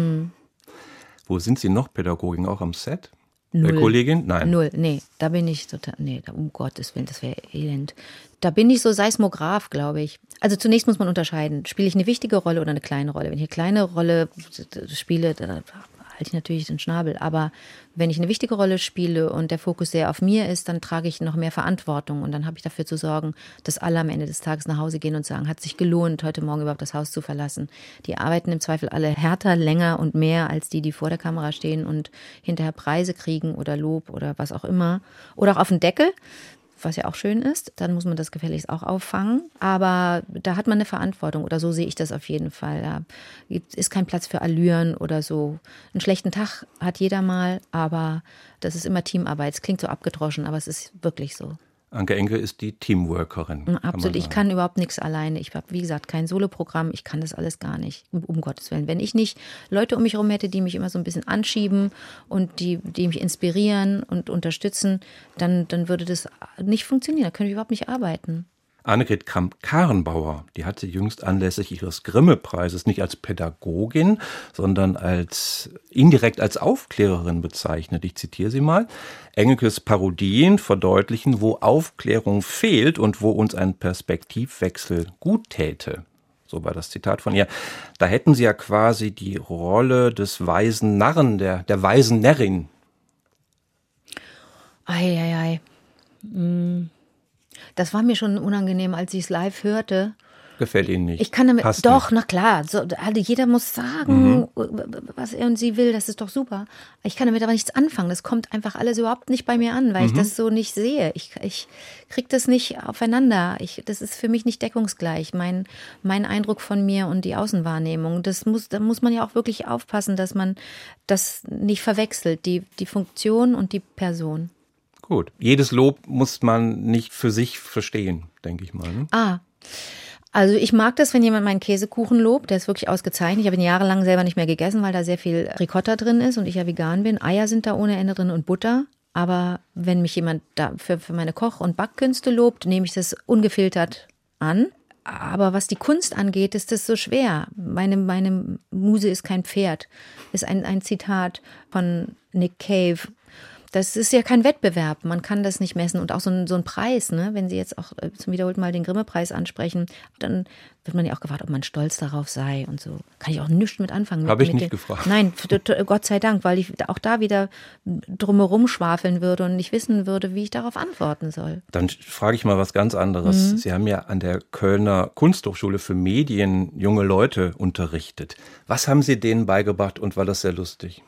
Wo sind Sie noch Pädagogin? Auch am Set? 0. Der Kollegin? Nein. 0, nee, da bin ich total, um Gottes Willen, das wäre elend. Da bin ich so Seismograph, glaube ich. Also zunächst muss man unterscheiden, spiele ich eine wichtige Rolle oder eine kleine Rolle? Wenn ich eine kleine Rolle spiele, dann halte ich natürlich den Schnabel. Aber wenn ich eine wichtige Rolle spiele und der Fokus sehr auf mir ist, dann trage ich noch mehr Verantwortung. Und dann habe ich dafür zu sorgen, dass alle am Ende des Tages nach Hause gehen und sagen, hat sich gelohnt, heute Morgen überhaupt das Haus zu verlassen. Die arbeiten im Zweifel alle härter, länger und mehr als die vor der Kamera stehen und hinterher Preise kriegen oder Lob oder was auch immer. Oder auch auf den Deckel, was ja auch schön ist. Dann muss man das gefälligst auch auffangen. Aber da hat man eine Verantwortung oder so sehe ich das auf jeden Fall. Da ist kein Platz für Allüren oder so. Einen schlechten Tag hat jeder mal, aber das ist immer Teamarbeit. Es klingt so abgedroschen, aber es ist wirklich so. Anke Engelke ist die Teamworkerin. Absolut, ich kann überhaupt nichts alleine. Ich habe, wie gesagt, kein Soloprogramm, ich kann das alles gar nicht, um Gottes Willen. Wenn ich nicht Leute um mich herum hätte, die mich immer so ein bisschen anschieben und die mich inspirieren und unterstützen, dann würde das nicht funktionieren, da könnte ich überhaupt nicht arbeiten. Annegret Kramp-Karrenbauer, die hat sie jüngst anlässlich ihres Grimme-Preises nicht als Pädagogin, sondern indirekt als Aufklärerin bezeichnet. Ich zitiere sie mal. Engelkes Parodien verdeutlichen, wo Aufklärung fehlt und wo uns ein Perspektivwechsel gut täte. So war das Zitat von ihr. Da hätten sie ja quasi die Rolle des weisen Narren, der weisen Närrin. Ei. Das war mir schon unangenehm, als ich es live hörte. Gefällt Ihnen nicht? Ich kann damit, Passt doch, nicht. na klar, jeder muss sagen, was er und sie will, das ist doch super. Ich kann damit aber nichts anfangen, das kommt einfach alles überhaupt nicht bei mir an, weil ich das so nicht sehe. Ich kriege das nicht aufeinander, das ist für mich nicht deckungsgleich, mein Eindruck von mir und die Außenwahrnehmung. Da muss man ja auch wirklich aufpassen, dass man das nicht verwechselt, die Funktion und die Person. Gut. Jedes Lob muss man nicht für sich verstehen, denke ich mal. Ne? Also ich mag das, wenn jemand meinen Käsekuchen lobt, der ist wirklich ausgezeichnet. Ich habe ihn jahrelang selber nicht mehr gegessen, weil da sehr viel Ricotta drin ist und ich ja vegan bin. Eier sind da ohne Ende drin und Butter. Aber wenn mich jemand da für meine Koch- und Backkünste lobt, nehme ich das ungefiltert an. Aber was die Kunst angeht, ist das so schwer. Meine Muse ist kein Pferd, ist ein Zitat von Nick Cave. Das ist ja kein Wettbewerb, man kann das nicht messen. Und auch so ein Preis, ne? Wenn Sie jetzt auch zum wiederholten Mal den Grimme-Preis ansprechen, dann wird man ja auch gefragt, ob man stolz darauf sei und so. Kann ich auch nichts mit anfangen. Habe ich nicht gefragt. Nein, Gott sei Dank, weil ich auch da wieder drumherum schwafeln würde und nicht wissen würde, wie ich darauf antworten soll. Dann frage ich mal was ganz anderes. Sie haben ja an der Kölner Kunsthochschule für Medien junge Leute unterrichtet. Was haben Sie denen beigebracht und war das sehr lustig?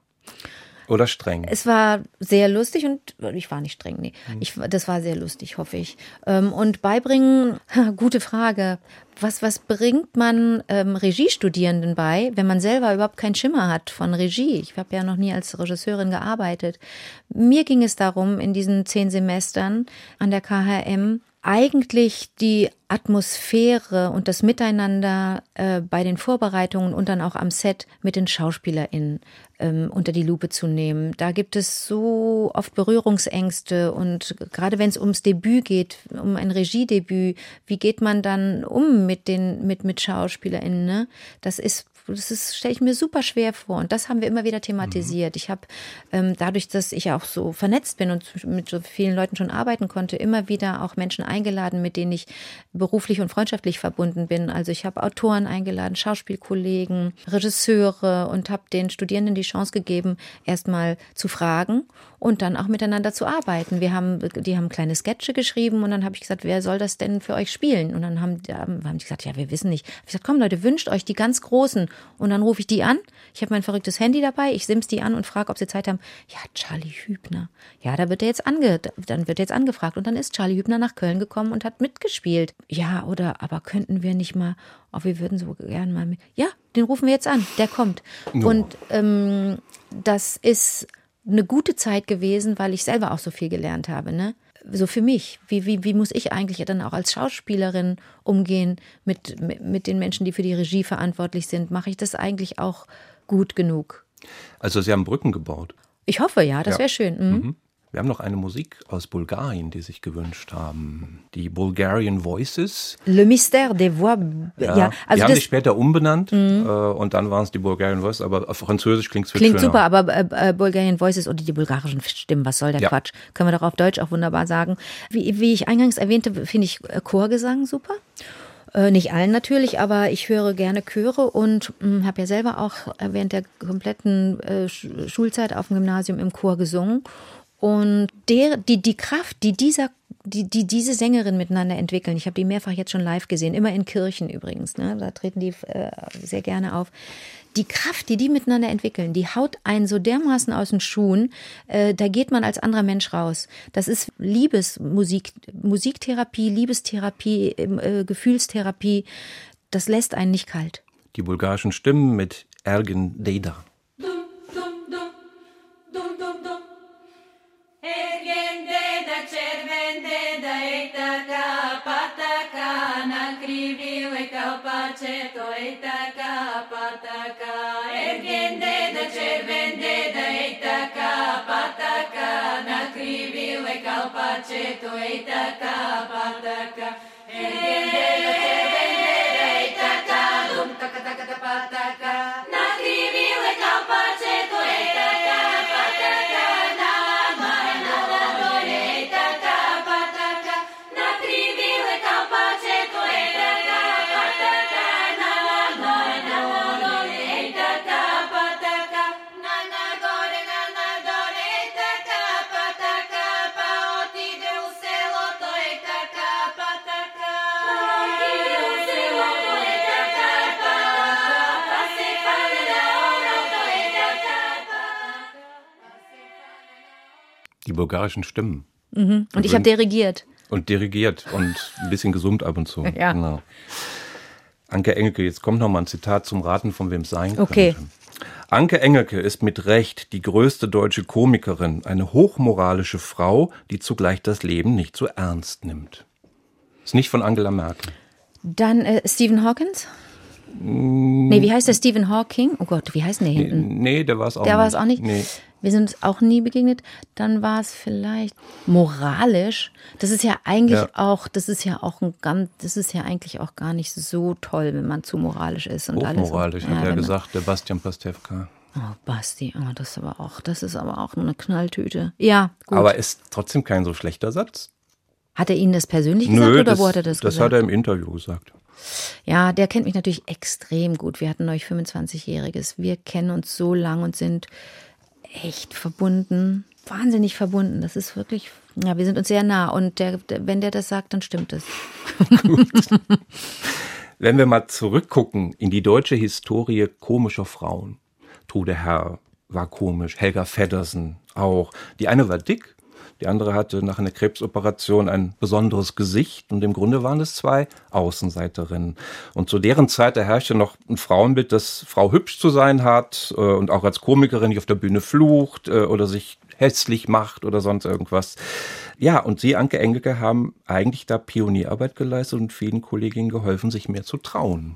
Oder streng? Es war sehr lustig und ich war nicht streng, nee. Das war sehr lustig, hoffe ich. Und beibringen, gute Frage. Was bringt man Regiestudierenden bei, wenn man selber überhaupt keinen Schimmer hat von Regie? Ich habe ja noch nie als Regisseurin gearbeitet. Mir ging es darum, in diesen 10 Semestern an der KHM eigentlich die Atmosphäre und das Miteinander bei den Vorbereitungen und dann auch am Set mit den SchauspielerInnen unter die Lupe zu nehmen. Da gibt es so oft Berührungsängste und gerade wenn es ums Debüt geht, um ein Regiedebüt, wie geht man dann um mit SchauspielerInnen? Ne? Das stelle ich mir super schwer vor und das haben wir immer wieder thematisiert. Ich habe dadurch, dass ich auch so vernetzt bin und mit so vielen Leuten schon arbeiten konnte, immer wieder auch Menschen eingeladen, mit denen ich beruflich und freundschaftlich verbunden bin. Also ich habe Autoren eingeladen, Schauspielkollegen, Regisseure und habe den Studierenden die Chance gegeben, erstmal zu fragen und dann auch miteinander zu arbeiten. Die haben kleine Sketche geschrieben und dann habe ich gesagt, wer soll das denn für euch spielen? Und dann haben die gesagt, ja, wir wissen nicht. Ich habe gesagt, komm Leute, wünscht euch die ganz Großen. Und dann rufe ich die an. Ich habe mein verrücktes Handy dabei. Ich sims die an und frage, ob sie Zeit haben. Ja, Charlie Hübner. Ja, dann wird er jetzt angefragt. Und dann ist Charlie Hübner nach Köln gekommen und hat mitgespielt. Ja, aber könnten wir nicht mal, wir würden so gern mal mit. Ja, den rufen wir jetzt an. Der kommt. No. Und das ist eine gute Zeit gewesen, weil ich selber auch so viel gelernt habe, ne? So für mich, wie muss ich eigentlich dann auch als Schauspielerin umgehen mit den Menschen, die für die Regie verantwortlich sind? Mache ich das eigentlich auch gut genug? Also Sie haben Brücken gebaut? Ich hoffe, ja, das wäre schön. Mhm. Wir haben noch eine Musik aus Bulgarien, die sich gewünscht haben. Die Bulgarian Voices. Le Mystère des Voix. Ja, also die haben sich später umbenannt und dann waren es die Bulgarian Voices, aber auf Französisch klingt es viel schöner. Super, aber Bulgarian Voices oder die bulgarischen Stimmen, was soll der Quatsch? Können wir doch auf Deutsch auch wunderbar sagen. Wie ich eingangs erwähnte, finde ich Chorgesang super. Nicht allen natürlich, aber ich höre gerne Chöre und habe ja selber auch während der kompletten Schulzeit auf dem Gymnasium im Chor gesungen. Und die Kraft, die diese Sängerinnen miteinander entwickeln, ich habe die mehrfach jetzt schon live gesehen, immer in Kirchen übrigens, ne? Da treten die sehr gerne auf. Die Kraft, die miteinander entwickeln, die haut einen so dermaßen aus den Schuhen, da geht man als anderer Mensch raus. Das ist Musiktherapie, Liebestherapie, Gefühlstherapie, das lässt einen nicht kalt. Die bulgarischen Stimmen mit Ergin Deda. Ergen deda, cerven deda, Die bulgarischen Stimmen. Und ich habe dirigiert. Und dirigiert und ein bisschen gesummt ab und zu. Ja. Genau. Anke Engelke, jetzt kommt noch mal ein Zitat zum Raten, von wem es sein könnte. Okay. Anke Engelke ist mit Recht die größte deutsche Komikerin, eine hochmoralische Frau, die zugleich das Leben nicht so ernst nimmt. Ist nicht von Angela Merkel. Dann Stephen Hawkins? Nee, wie heißt der? Stephen Hawking? Oh Gott, wie heißt der hinten? Nee, der war es auch Der nicht. war es auch nicht? Nee. Wir sind uns auch nie begegnet. Dann war es vielleicht moralisch. Das ist ja eigentlich eigentlich auch gar nicht so toll, wenn man zu moralisch ist und alles. Hochmoralisch, hat er gesagt, der Bastian Pastewka. Oh, Basti, das ist aber auch eine Knalltüte. Ja, gut. Aber ist trotzdem kein so schlechter Satz. Hat er Ihnen das persönlich gesagt oder wo hat er das gesagt? Das hat er im Interview gesagt. Ja, der kennt mich natürlich extrem gut. Wir hatten neulich 25-Jähriges. Wir kennen uns so lang und sind echt verbunden, wahnsinnig verbunden. Das ist wirklich, ja, wir sind uns sehr nah. Und wenn der das sagt, dann stimmt es. Wenn wir mal zurückgucken in die deutsche Historie komischer Frauen. Trude Herr war komisch, Helga Feddersen auch. Die eine war dick, die andere hatte nach einer Krebsoperation ein besonderes Gesicht und im Grunde waren es zwei Außenseiterinnen. Und zu deren Zeit, da herrschte noch ein Frauenbild, dass Frau hübsch zu sein hat und auch als Komikerin nicht auf der Bühne flucht oder sich hässlich macht oder sonst irgendwas. Ja, und Sie, Anke Engelke, haben eigentlich da Pionierarbeit geleistet und vielen Kolleginnen geholfen, sich mehr zu trauen.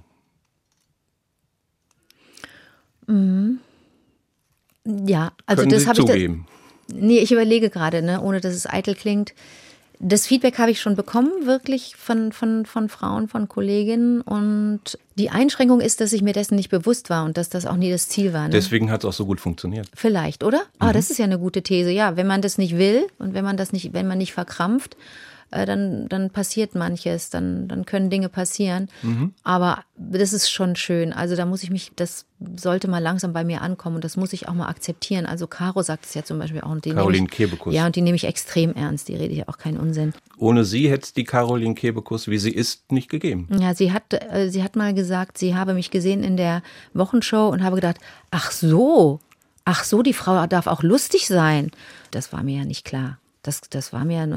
Ja, also Können das Sie habe ich. zugeben? Nee, ich überlege gerade, ohne dass es eitel klingt. Das Feedback habe ich schon bekommen, wirklich von Frauen, von Kolleginnen. Und die Einschränkung ist, dass ich mir dessen nicht bewusst war und dass das auch nie das Ziel war. Ne? Deswegen hat es auch so gut funktioniert. Vielleicht, oder? Das ist ja eine gute These. Ja, wenn man das nicht will und wenn man nicht verkrampft, dann passiert manches, dann können Dinge passieren. Aber das ist schon schön. Also da muss ich das sollte mal langsam bei mir ankommen und das muss ich auch mal akzeptieren. Also Caro sagt es ja zum Beispiel auch. Und Caroline Kebekus. Ja, und die nehme ich extrem ernst. Die rede ich auch keinen Unsinn. Ohne sie hätte es die Caroline Kebekus, wie sie ist, nicht gegeben. Ja, sie hat mal gesagt, sie habe mich gesehen in der Wochenshow und habe gedacht, ach so, die Frau darf auch lustig sein. Das war mir ja nicht klar. Das war mir ja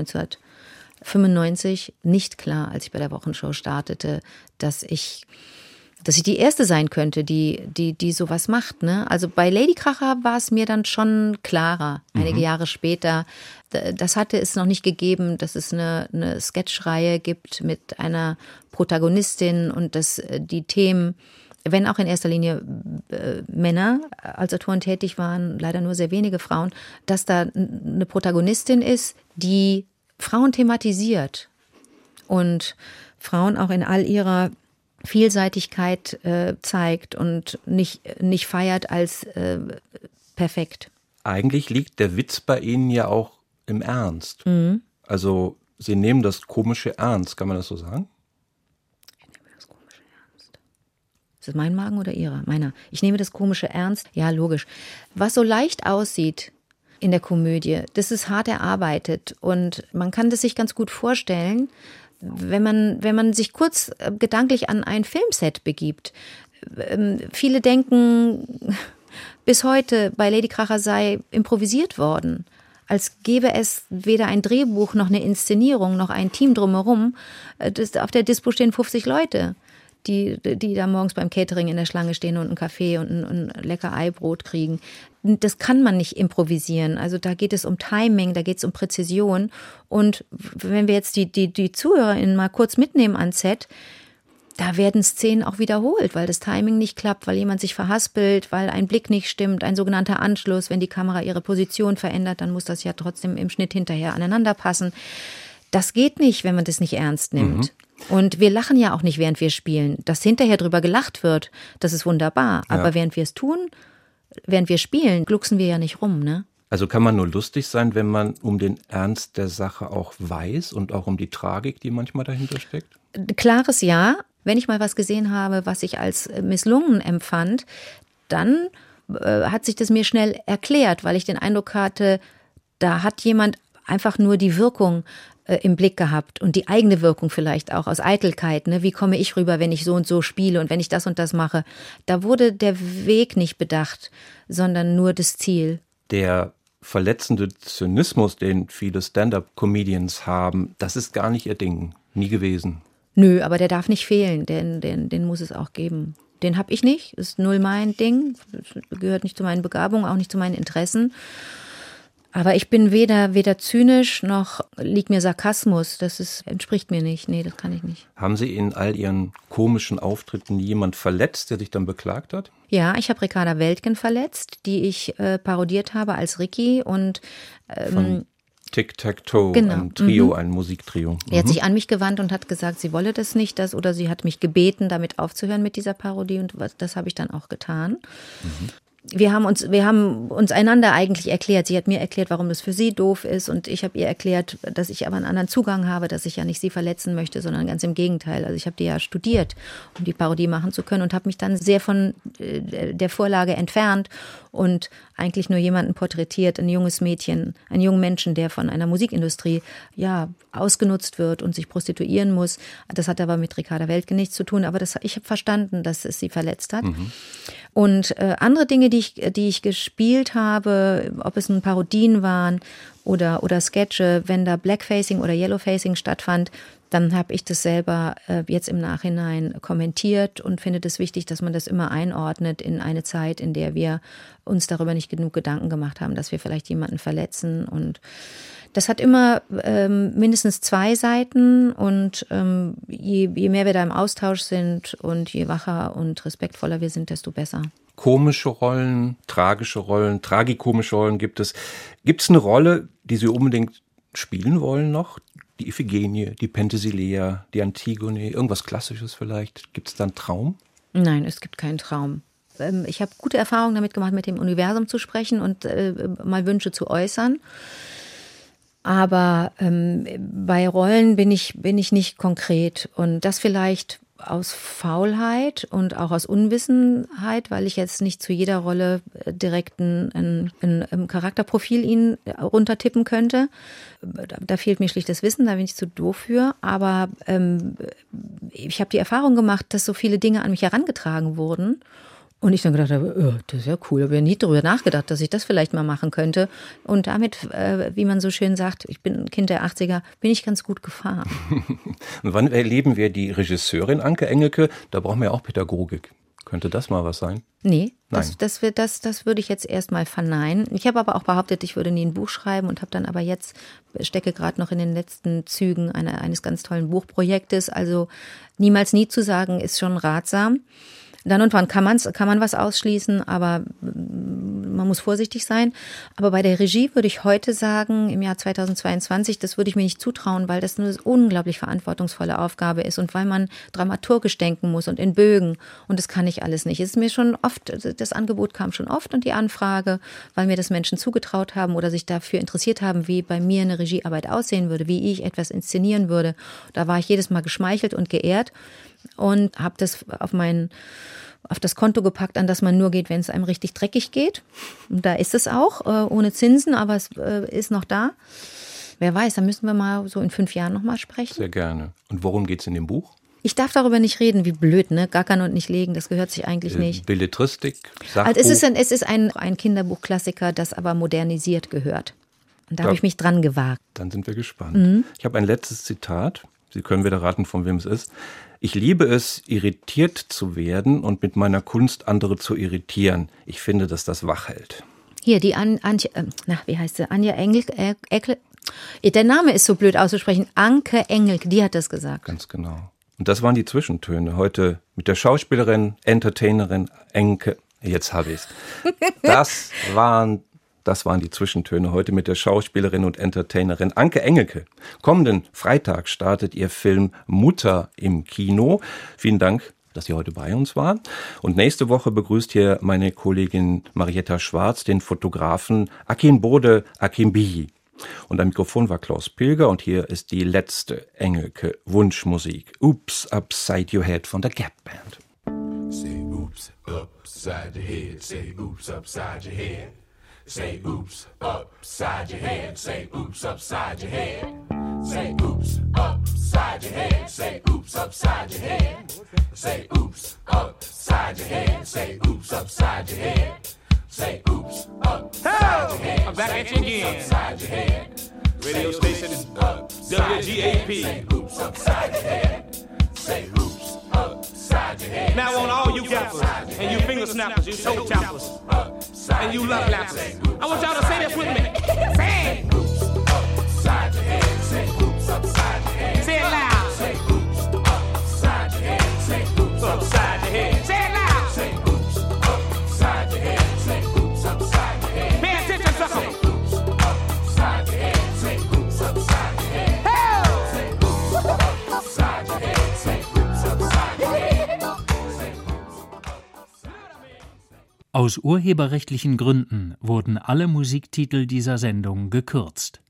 1995 nicht klar, als ich bei der Wochenshow startete, dass ich die Erste sein könnte, die sowas macht. Ne? Also bei Lady Kracher war es mir dann schon klarer, einige Jahre später. Das hatte es noch nicht gegeben, dass es eine Sketchreihe gibt mit einer Protagonistin und dass die Themen, wenn auch in erster Linie Männer als Autoren tätig waren, leider nur sehr wenige Frauen, dass da eine Protagonistin ist, die Frauen thematisiert und Frauen auch in all ihrer Vielseitigkeit zeigt und nicht feiert als perfekt. Eigentlich liegt der Witz bei Ihnen ja auch im Ernst. Also Sie nehmen das Komische ernst, kann man das so sagen? Ich nehme das Komische ernst. Ist das mein Magen oder Ihrer? Meiner. Ich nehme das Komische ernst. Ja, logisch. Was so leicht aussieht in der Komödie, das ist hart erarbeitet und man kann das sich ganz gut vorstellen, wenn man sich kurz gedanklich an ein Filmset begibt. Viele denken, bis heute bei Lady Kracher sei improvisiert worden, als gäbe es weder ein Drehbuch noch eine Inszenierung noch ein Team drumherum. Auf der Dispo stehen 50 Leute, die da morgens beim Catering in der Schlange stehen und einen Kaffee und ein lecker Eibrot kriegen. Das kann man nicht improvisieren. Also da geht es um Timing, da geht es um Präzision. Und wenn wir jetzt die ZuhörerInnen mal kurz mitnehmen ans Set, da werden Szenen auch wiederholt, weil das Timing nicht klappt, weil jemand sich verhaspelt, weil ein Blick nicht stimmt, ein sogenannter Anschluss. Wenn die Kamera ihre Position verändert, dann muss das ja trotzdem im Schnitt hinterher aneinander passen. Das geht nicht, wenn man das nicht ernst nimmt. Und wir lachen ja auch nicht, während wir spielen. Dass hinterher drüber gelacht wird, das ist wunderbar. Aber während wir es tun, während wir spielen, glucksen wir ja nicht rum, ne? Also kann man nur lustig sein, wenn man um den Ernst der Sache auch weiß und auch um die Tragik, die manchmal dahinter steckt? Klares Ja. Wenn ich mal was gesehen habe, was ich als misslungen empfand, dann hat sich das mir schnell erklärt, weil ich den Eindruck hatte, da hat jemand einfach nur die Wirkung im Blick gehabt und die eigene Wirkung vielleicht auch aus Eitelkeit. Ne? Wie komme ich rüber, wenn ich so und so spiele und wenn ich das und das mache? Da wurde der Weg nicht bedacht, sondern nur das Ziel. Der verletzende Zynismus, den viele Stand-up-Comedians haben, das ist gar nicht ihr Ding, nie gewesen. Nö, aber der darf nicht fehlen, den muss es auch geben. Den habe ich nicht, ist null mein Ding, gehört nicht zu meinen Begabungen, auch nicht zu meinen Interessen. Aber ich bin weder zynisch, noch liegt mir Sarkasmus, entspricht mir nicht, nee, das kann ich nicht. Haben Sie in all Ihren komischen Auftritten jemand verletzt, der sich dann beklagt hat? Ja, ich habe Ricarda Weltgen verletzt, die ich parodiert habe als Ricky und von Tic-Tac-Toe, genau. Ein Trio, ein Musiktrio. Die hat sich an mich gewandt und hat gesagt, sie wolle das nicht, oder sie hat mich gebeten, damit aufzuhören mit dieser Parodie und das habe ich dann auch getan. Wir haben uns einander eigentlich erklärt. Sie hat mir erklärt, warum das für sie doof ist und ich habe ihr erklärt, dass ich aber einen anderen Zugang habe, dass ich ja nicht sie verletzen möchte, sondern ganz im Gegenteil. Also ich habe die ja studiert, um die Parodie machen zu können und habe mich dann sehr von der Vorlage entfernt und eigentlich nur jemanden porträtiert, ein junges Mädchen, einen jungen Menschen, der von einer Musikindustrie ausgenutzt wird und sich prostituieren muss. Das hat aber mit Ricarda Weltgen nichts zu tun, aber ich habe verstanden, dass es sie verletzt hat. Und andere Dinge, die ich gespielt habe, ob es nun Parodien waren oder Sketche, wenn da Blackfacing oder Yellowfacing stattfand, dann habe ich das selber jetzt im Nachhinein kommentiert und finde es wichtig, dass man das immer einordnet in eine Zeit, in der wir uns darüber nicht genug Gedanken gemacht haben, dass wir vielleicht jemanden verletzen. Und das hat immer mindestens zwei Seiten und je mehr wir da im Austausch sind und je wacher und respektvoller wir sind, desto besser. Komische Rollen, tragische Rollen, tragikomische Rollen gibt es. Gibt es eine Rolle, die Sie unbedingt spielen wollen noch? Die Iphigenie, die Penthesilea, die Antigone, irgendwas Klassisches vielleicht? Gibt es da einen Traum? Nein, es gibt keinen Traum. Ich habe gute Erfahrungen damit gemacht, mit dem Universum zu sprechen und mal Wünsche zu äußern. Aber bei Rollen bin ich nicht konkret. Und das vielleicht aus Faulheit und auch aus Unwissenheit, weil ich jetzt nicht zu jeder Rolle direkt ein Charakterprofil Ihnen runtertippen könnte. Da fehlt mir schlicht das Wissen, da bin ich zu doof für. Aber ich habe die Erfahrung gemacht, dass so viele Dinge an mich herangetragen wurden. Und ich dann gedacht habe, das ist ja cool, ich habe nie darüber nachgedacht, dass ich das vielleicht mal machen könnte. Und damit, wie man so schön sagt, ich bin ein Kind der 80er, bin ich ganz gut gefahren. Und wann erleben wir die Regisseurin Anke Engelke? Da brauchen wir auch Pädagogik. Könnte das mal was sein? Nee, das würde ich jetzt erstmal verneinen. Ich habe aber auch behauptet, ich würde nie ein Buch schreiben und habe dann aber stecke gerade noch in den letzten Zügen eines ganz tollen Buchprojektes. Also niemals nie zu sagen, ist schon ratsam. Dann und wann kann man was ausschließen, aber man muss vorsichtig sein. Aber bei der Regie würde ich heute sagen, im Jahr 2022, das würde ich mir nicht zutrauen, weil das eine unglaublich verantwortungsvolle Aufgabe ist und weil man dramaturgisch denken muss und in Bögen. Und das kann ich alles nicht. Es ist mir schon oft, das Angebot kam schon oft und die Anfrage, weil mir das Menschen zugetraut haben oder sich dafür interessiert haben, wie bei mir eine Regiearbeit aussehen würde, wie ich etwas inszenieren würde. Da war ich jedes Mal geschmeichelt und geehrt. Und habe das auf das Konto gepackt, an das man nur geht, wenn es einem richtig dreckig geht. Und da ist es auch, ohne Zinsen, aber es ist noch da. Wer weiß, da müssen wir mal so in 5 Jahren nochmal sprechen. Sehr gerne. Und worum geht es in dem Buch? Ich darf darüber nicht reden, wie blöd, ne? Gackern und nicht legen, das gehört sich eigentlich nicht. Belletristik, Sachbuch? Also es ist ein Kinderbuchklassiker, das aber modernisiert gehört. Und da habe ich mich dran gewagt. Dann sind wir gespannt. Ich habe ein letztes Zitat. Sie können wieder raten, von wem es ist. Ich liebe es, irritiert zu werden und mit meiner Kunst andere zu irritieren. Ich finde, dass das wach hält. Hier, die wie heißt sie? Anja Engelke. Der Name ist so blöd auszusprechen. Anke Engelke, die hat das gesagt. Ganz genau. Und das waren die Zwischentöne. Heute mit der Schauspielerin, Entertainerin, Enke. Jetzt habe ich's. Das waren die Zwischentöne. Heute mit der Schauspielerin und Entertainerin Anke Engelke. Kommenden Freitag startet ihr Film Mutter im Kino. Vielen Dank, dass Sie heute bei uns waren. Und nächste Woche begrüßt hier meine Kollegin Marietta Schwarz den Fotografen Akinbode Akinbiyi. Und am Mikrofon war Klaus Pilger und hier ist die letzte Engelke Wunschmusik. Oops, Upside Your Head von der Gap Band. Say oops, upside your head. Say oops, upside your head. Say oops, upside your head. Say oops, upside your head. Say oops, upside your head. Say oops, upside your head. Say oops, upside your head. Say oops, upside your head. Say oops, upside your head. I'm back at you again. Upside your head. Radio station is WGAP. Say oops, upside your head. Say oops, upside your head. Now on all you gappers and you finger snappers, you toe tappers, and you love lappers, I want y'all to say this with me. Say it. Oops, upside your head. Say oops, upside your head. Say it loud. Say oops, upside your head. Say oops, Upside your head. Say it loud. Say oops, upside your head. Say oops, upside your head. Pay attention, sucker. Say oops, upside your head. Say oops, upside your head. Hell. Say oops, upside your head. Say oops, upside your head. Aus urheberrechtlichen Gründen wurden alle Musiktitel dieser Sendung gekürzt.